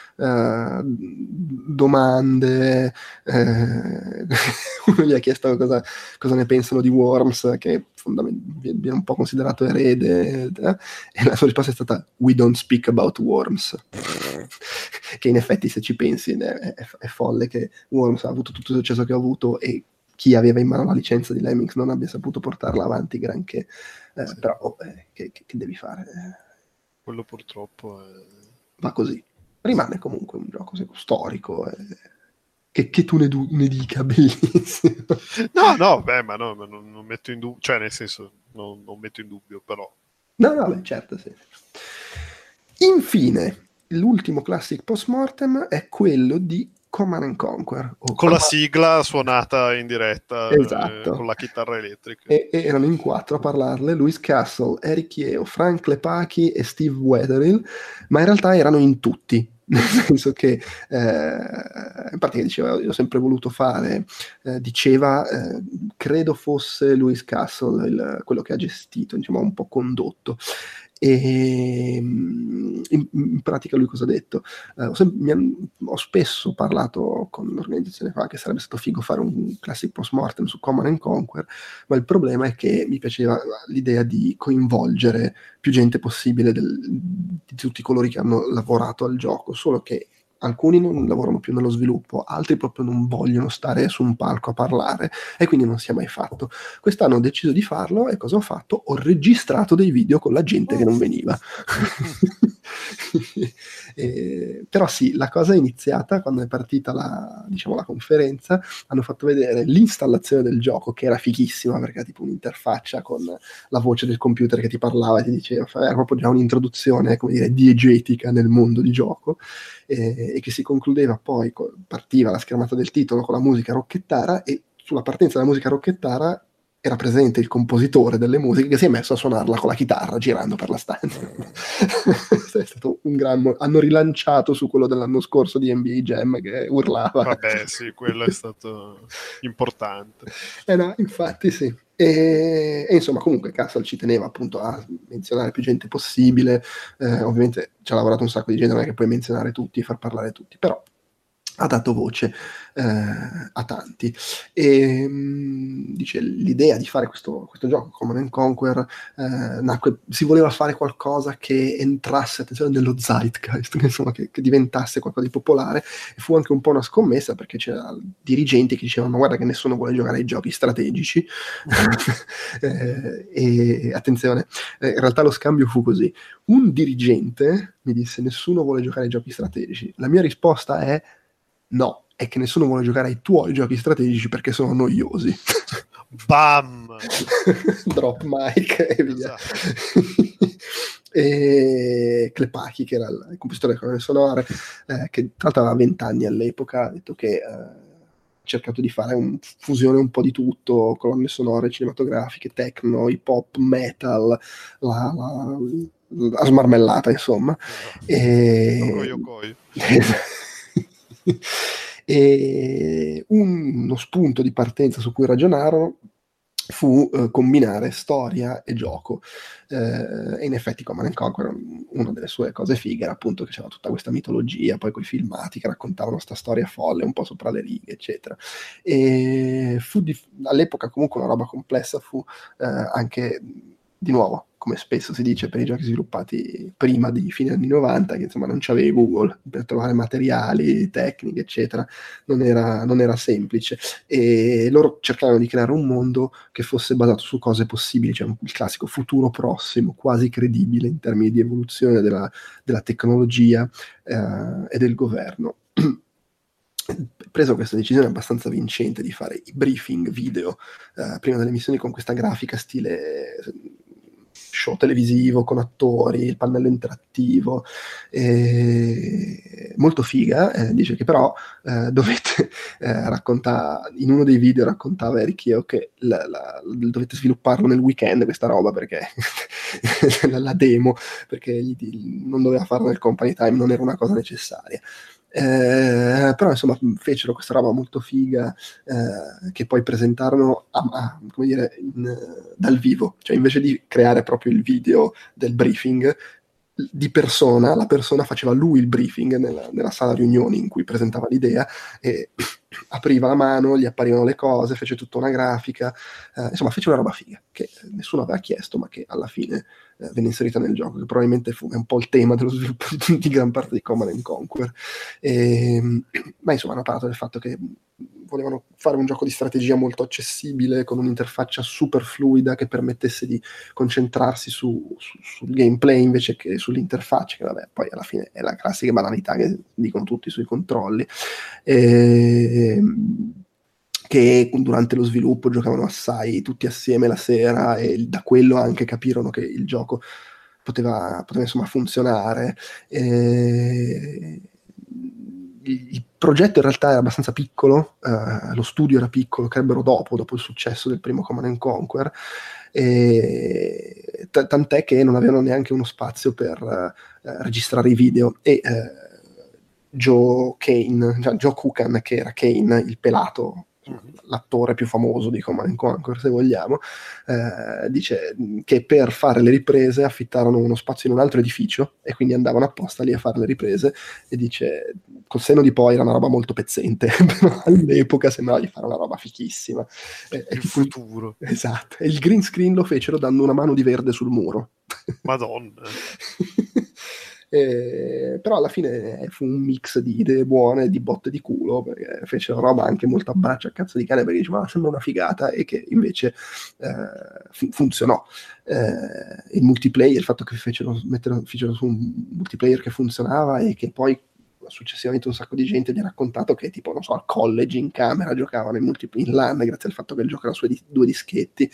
domande. Uno gli ha chiesto cosa ne pensano di Worms, che viene un po' considerato erede, e la sua risposta è stata "We don't speak about Worms", che in effetti, se ci pensi, è folle che Worms ha avuto tutto il successo che ha avuto e chi aveva in mano la licenza di Lemmings non abbia saputo portarla avanti granché. Sì. Però che devi fare?
Quello purtroppo
va così. Rimane comunque un gioco storico, che tu ne dica bellissimo.
No, beh, ma non metto in dubbio, cioè nel senso non metto in dubbio, però.
No, beh, certo, sì. Infine, l'ultimo classic post-mortem è quello di Command & Conquer.
Con la sigla suonata in diretta,
esatto,
con la chitarra elettrica.
E erano in 4 a parlarle: Louis Castle, Eric Yeo, Frank Lepaki e Steve Wetherill, ma in realtà erano in tutti. Nel senso che in pratica diceva, io ho sempre voluto fare, diceva, credo fosse Louis Castle quello che ha gestito, diciamo, un po' condotto. E in pratica lui cosa ha detto? Ho spesso parlato con l'organizzazione qua che sarebbe stato figo fare un classic post-mortem su Command & Conquer, ma il problema è che mi piaceva l'idea di coinvolgere più gente possibile di tutti coloro che hanno lavorato al gioco, solo che alcuni non lavorano più nello sviluppo, altri proprio non vogliono stare su un palco a parlare, e quindi non si è mai fatto. Quest'anno ho deciso di farlo, e cosa ho fatto? Ho registrato dei video con la gente che non veniva. Però sì, la cosa è iniziata quando è partita la conferenza. Hanno fatto vedere l'installazione del gioco, che era fighissima, perché era tipo un'interfaccia con la voce del computer che ti parlava e ti diceva, era proprio già un'introduzione, come dire, diegetica nel mondo di gioco, e che si concludeva poi, partiva la schermata del titolo con la musica rocchettara, e sulla partenza della musica rocchettara era presente il compositore delle musiche che si è messo a suonarla con la chitarra girando per la stanza. È stato un gran... Hanno rilanciato su quello dell'anno scorso di NBA Jam, che urlava.
Vabbè, sì, quello è stato importante.
No, infatti sì. E insomma, comunque Castle ci teneva appunto a menzionare più gente possibile. Ovviamente ci ha lavorato un sacco di gente, non è che puoi menzionare tutti e far parlare tutti, però ha dato voce a tanti. E dice, l'idea di fare questo gioco Command & Conquer nacque, si voleva fare qualcosa che entrasse, attenzione, nello zeitgeist, insomma, che diventasse qualcosa di popolare, e fu anche un po' una scommessa, perché c'erano dirigenti che dicevano, ma guarda che nessuno vuole giocare ai giochi strategici. E attenzione, in realtà lo scambio fu così: un dirigente mi disse, nessuno vuole giocare ai giochi strategici. La mia risposta è no, è che nessuno vuole giocare ai tuoi giochi strategici perché sono noiosi.
Bam!
Drop mic e via. Esatto. E Klepaki, che era il compositore delle colonne sonore, che tra l'altro aveva 20 anni all'epoca, ha detto che ha cercato di fare una fusione un po' di tutto, colonne sonore cinematografiche, techno, hip hop, metal, la smarmellata, insomma.
Yokoi.
E uno spunto di partenza su cui ragionarono fu combinare storia e gioco, e in effetti Command & Conquer, una delle sue cose fighe era appunto che c'era tutta questa mitologia, poi quei filmati che raccontavano sta storia folle un po' sopra le righe, eccetera. E fu all'epoca comunque una roba complessa, fu anche, di nuovo, come spesso si dice per i giochi sviluppati prima di fine anni 90, che insomma non c'avevi Google per trovare materiali, tecniche, eccetera, non era semplice, e loro cercavano di creare un mondo che fosse basato su cose possibili, cioè il classico futuro prossimo, quasi credibile in termini di evoluzione della tecnologia e del governo. Preso questa decisione abbastanza vincente di fare i briefing video prima delle missioni con questa grafica stile show televisivo con attori, il pannello interattivo, molto figa. Dice che però dovete raccontare, in uno dei video raccontava Eric Yeo che dovete svilupparlo nel weekend questa roba, perché la demo, perché non doveva farlo nel company time, non era una cosa necessaria. Però insomma fecero questa roba molto figa che poi presentarono come dire, dal vivo, cioè invece di creare proprio il video del briefing di persona, la persona faceva lui il briefing nella sala riunioni in cui presentava l'idea, e apriva la mano, gli apparivano le cose, fece tutta una grafica, insomma fece una roba figa che nessuno aveva chiesto, ma che alla fine venne inserita nel gioco, che probabilmente fu un po' il tema dello sviluppo di gran parte di Command & Conquer. Ma insomma hanno parlato del fatto che volevano fare un gioco di strategia molto accessibile, con un'interfaccia super fluida che permettesse di concentrarsi sul gameplay invece che sull'interfaccia, che vabbè, poi alla fine è la classica banalità che dicono tutti sui controlli. Che durante lo sviluppo giocavano assai tutti assieme la sera, e da quello anche capirono che il gioco poteva insomma funzionare. Il progetto in realtà era abbastanza piccolo, lo studio era piccolo, crebbero dopo il successo del primo Command & Conquer, tant'è che non avevano neanche uno spazio per registrare i video, e Joe Kukan, che era Kane, il pelato, l'attore più famoso di Command & Conquer se vogliamo, dice che per fare le riprese affittarono uno spazio in un altro edificio e quindi andavano apposta lì a fare le riprese, e dice col senno di poi era una roba molto pezzente però all'epoca sembrava di fare una roba fichissima,
il futuro.
Esatto, e il green screen lo fecero dando una mano di verde sul muro.
Madonna.
Però alla fine fu un mix di idee buone, di botte di culo, perché fece una roba anche molto a braccia a cazzo di cane, perché diceva sembra una figata, e che invece funzionò. Il multiplayer, il fatto che fecero su un multiplayer che funzionava, e che poi successivamente un sacco di gente gli ha raccontato che tipo, non so, al college in camera giocavano in LAN grazie al fatto che il gioco era su 2 dischetti.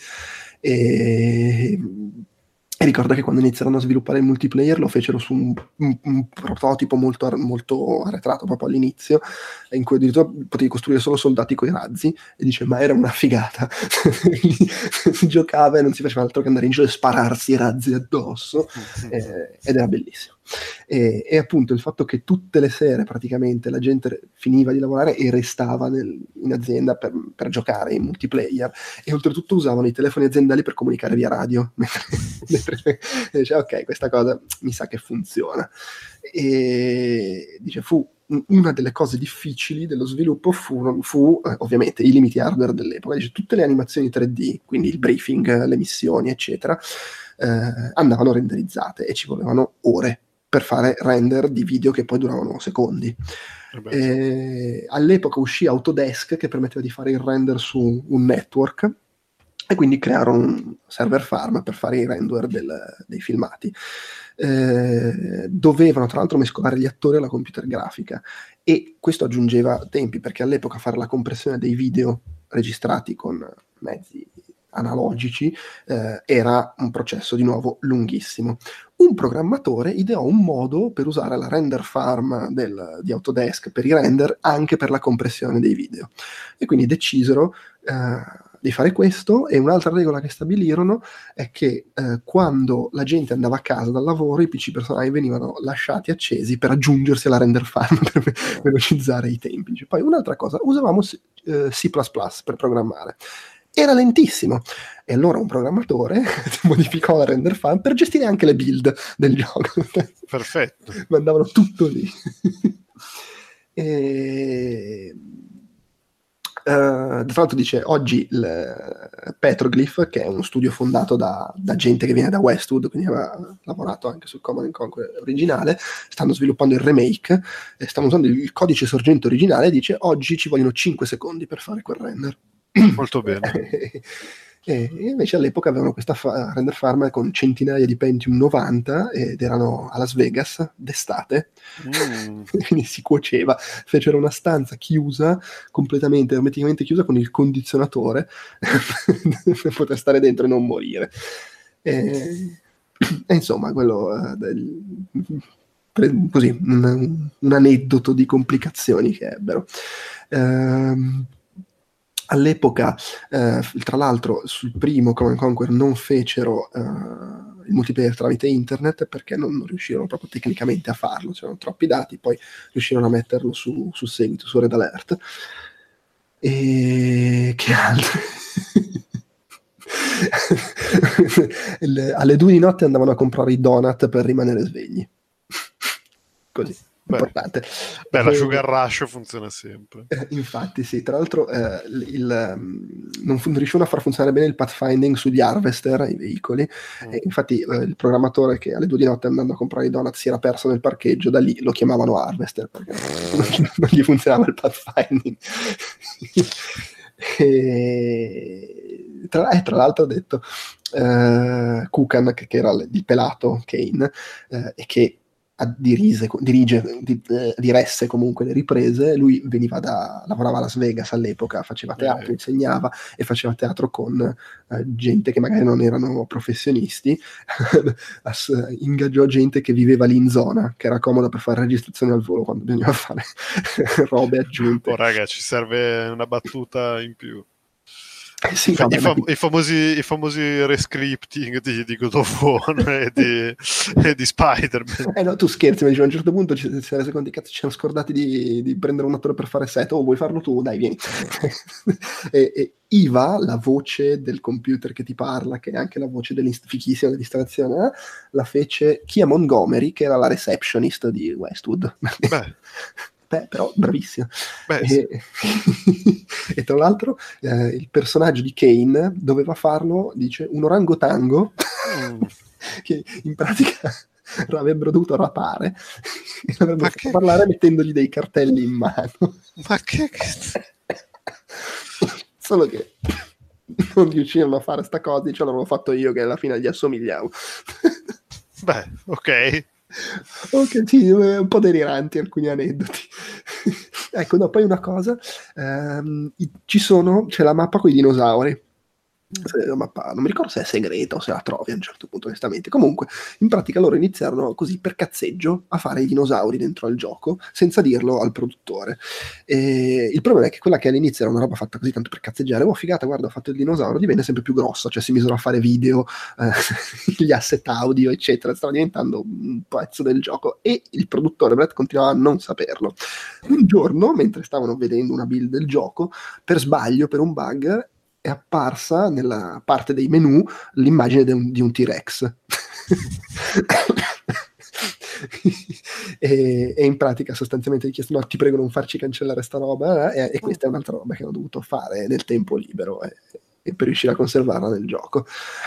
E ricordo che quando iniziarono a sviluppare il multiplayer lo fecero su un prototipo molto arretrato proprio all'inizio, in cui addirittura potevi costruire solo soldati coi razzi, e dice ma era una figata. Si giocava e non si faceva altro che andare in giro e spararsi i razzi addosso, ed era bellissimo. E appunto il fatto che tutte le sere praticamente la gente finiva di lavorare e restava in azienda per giocare in multiplayer, e oltretutto usavano i telefoni aziendali per comunicare via radio mentre dice ok, questa cosa mi sa che funziona. E dice fu una delle cose difficili dello sviluppo fu ovviamente i limiti hardware dell'epoca. Dice tutte le animazioni 3D, quindi il briefing, le missioni eccetera, andavano renderizzate e ci volevano ore per fare render di video che poi duravano secondi. All'epoca uscì Autodesk, che permetteva di fare il render su un network, e quindi crearono un server farm per fare i render dei filmati. Dovevano tra l'altro mescolare gli attori alla computer grafica, e questo aggiungeva tempi, perché all'epoca fare la compressione dei video registrati con mezzi analogici era un processo di nuovo lunghissimo. Un programmatore ideò un modo per usare la render farm di Autodesk per i render anche per la compressione dei video, e quindi decisero di fare questo. E un'altra regola che stabilirono è che quando la gente andava a casa dal lavoro, i PC personali venivano lasciati accesi per aggiungersi alla render farm per velocizzare i tempi. Poi un'altra cosa, usavamo C++ per programmare. Era lentissimo, e allora un programmatore modificò la render farm per gestire anche le build del gioco.
Perfetto.
Mandavano tutto lì. E Tra l'altro dice oggi Petroglyph, che è uno studio fondato da gente che viene da Westwood, quindi aveva lavorato anche sul Command & Conquer originale, stanno sviluppando il remake, stanno usando il codice sorgente originale, e dice oggi ci vogliono 5 secondi per fare quel render.
Molto bene.
E invece all'epoca avevano questa render farm con centinaia di Pentium 90 ed erano a Las Vegas d'estate, quindi si cuoceva, fecero una stanza chiusa, completamente hermeticamente chiusa, con il condizionatore per poter stare dentro e non morire. E insomma, quello così un aneddoto di complicazioni che ebbero. All'epoca, tra l'altro, sul primo Command & Conquer non fecero il multiplayer tramite internet perché non riuscirono proprio tecnicamente a farlo, c'erano troppi dati, poi riuscirono a metterlo su seguito, su Red Alert. E che altro? Alle 2 di notte andavano a comprare i donut per rimanere svegli. Così. Importante.
Beh, la Sugar Rush funziona sempre.
Infatti, sì. Tra l'altro, non riuscivano a far funzionare bene il pathfinding sugli harvester, i veicoli. E infatti, il programmatore che alle 2 di notte andando a comprare i donut si era perso nel parcheggio, da lì lo chiamavano harvester perché non gli funzionava il pathfinding. Tra l'altro, ho detto Kukan, che era il pelato Kane, e che diresse comunque le riprese. Lui lavorava a Las Vegas all'epoca, faceva teatro, insegnava e faceva teatro con gente che magari non erano professionisti. Ingaggiò gente che viveva lì in zona, che era comoda per fare registrazioni al volo quando bisognava fare robe aggiunte.
Oh raga, ci serve una battuta in più.
Sì,
I famosi rescripting di God of War e di Spider-Man.
No, tu scherzi, ma a un certo punto si è reso conto, cazzo, ci siamo scordati di prendere un attore per fare set. Vuoi farlo tu? Dai, vieni. e Iva, la voce del computer che ti parla, che è anche la voce fichissima dell'installazione, la fece Kia Montgomery, che era la receptionist di Westwood. Però bravissima. E tra l'altro il personaggio di Kane doveva farlo, dice, un orangotango che in pratica avrebbero dovuto rapare e avrebbero fatto parlare mettendogli dei cartelli in mano.
Ma che
solo che non riuscivano a fare sta cosa, ce l'avevo fatto io, che alla fine gli assomigliavo.
Beh, ok,
sì, un po' deliranti alcuni aneddoti. Ecco, no, poi una cosa, c'è la mappa con i dinosauri. La mappa, non mi ricordo se è segreta o se la trovi a un certo punto, onestamente. Comunque, in pratica loro iniziarono così per cazzeggio a fare i dinosauri dentro al gioco, senza dirlo al produttore. E il problema è che quella che all'inizio era una roba fatta così tanto per cazzeggiare, figata, guarda, ho fatto il dinosauro, divenne sempre più grosso, cioè si misero a fare video, gli asset audio, eccetera, stava diventando un pezzo del gioco, e il produttore Brett continuava a non saperlo. Un giorno, mentre stavano vedendo una build del gioco, per sbaglio, per un bug, è apparsa nella parte dei menu l'immagine di un T-Rex. e in pratica sostanzialmente gli chiesto: no, ti prego non farci cancellare sta roba, e questa è un'altra roba che hanno dovuto fare nel tempo libero e per riuscire a conservarla nel gioco.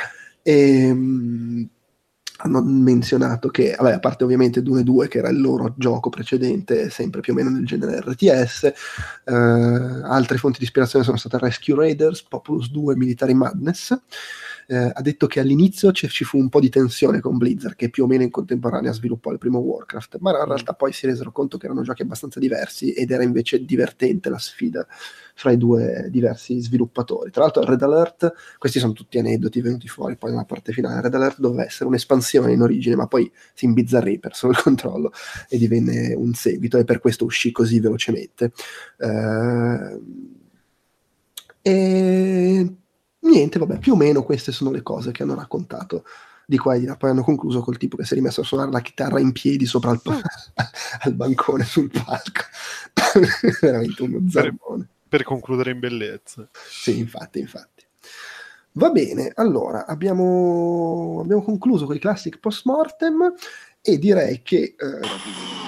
Hanno menzionato che, a parte ovviamente Dune 2, che era il loro gioco precedente, sempre più o meno nel genere RTS, altre fonti di ispirazione sono state Rescue Raiders, Populous 2 e Military Madness. Ha detto che all'inizio ci fu un po' di tensione con Blizzard, che più o meno in contemporanea sviluppò il primo Warcraft, ma in realtà poi si resero conto che erano giochi abbastanza diversi ed era invece divertente la sfida fra i due diversi sviluppatori. Tra l'altro Red Alert, questi sono tutti aneddoti venuti fuori poi nella parte finale, Red Alert doveva essere un'espansione in origine, ma poi si imbizzarrì, persero il controllo e divenne un seguito, e per questo uscì così velocemente. E niente, vabbè, più o meno queste sono le cose che hanno raccontato di qua e di là. Poi hanno concluso col tipo che si è rimesso a suonare la chitarra in piedi sopra al bancone sul palco. Veramente uno zampone.
Per concludere in bellezza.
Sì, infatti. Va bene, allora abbiamo concluso con i classic post-mortem, e direi che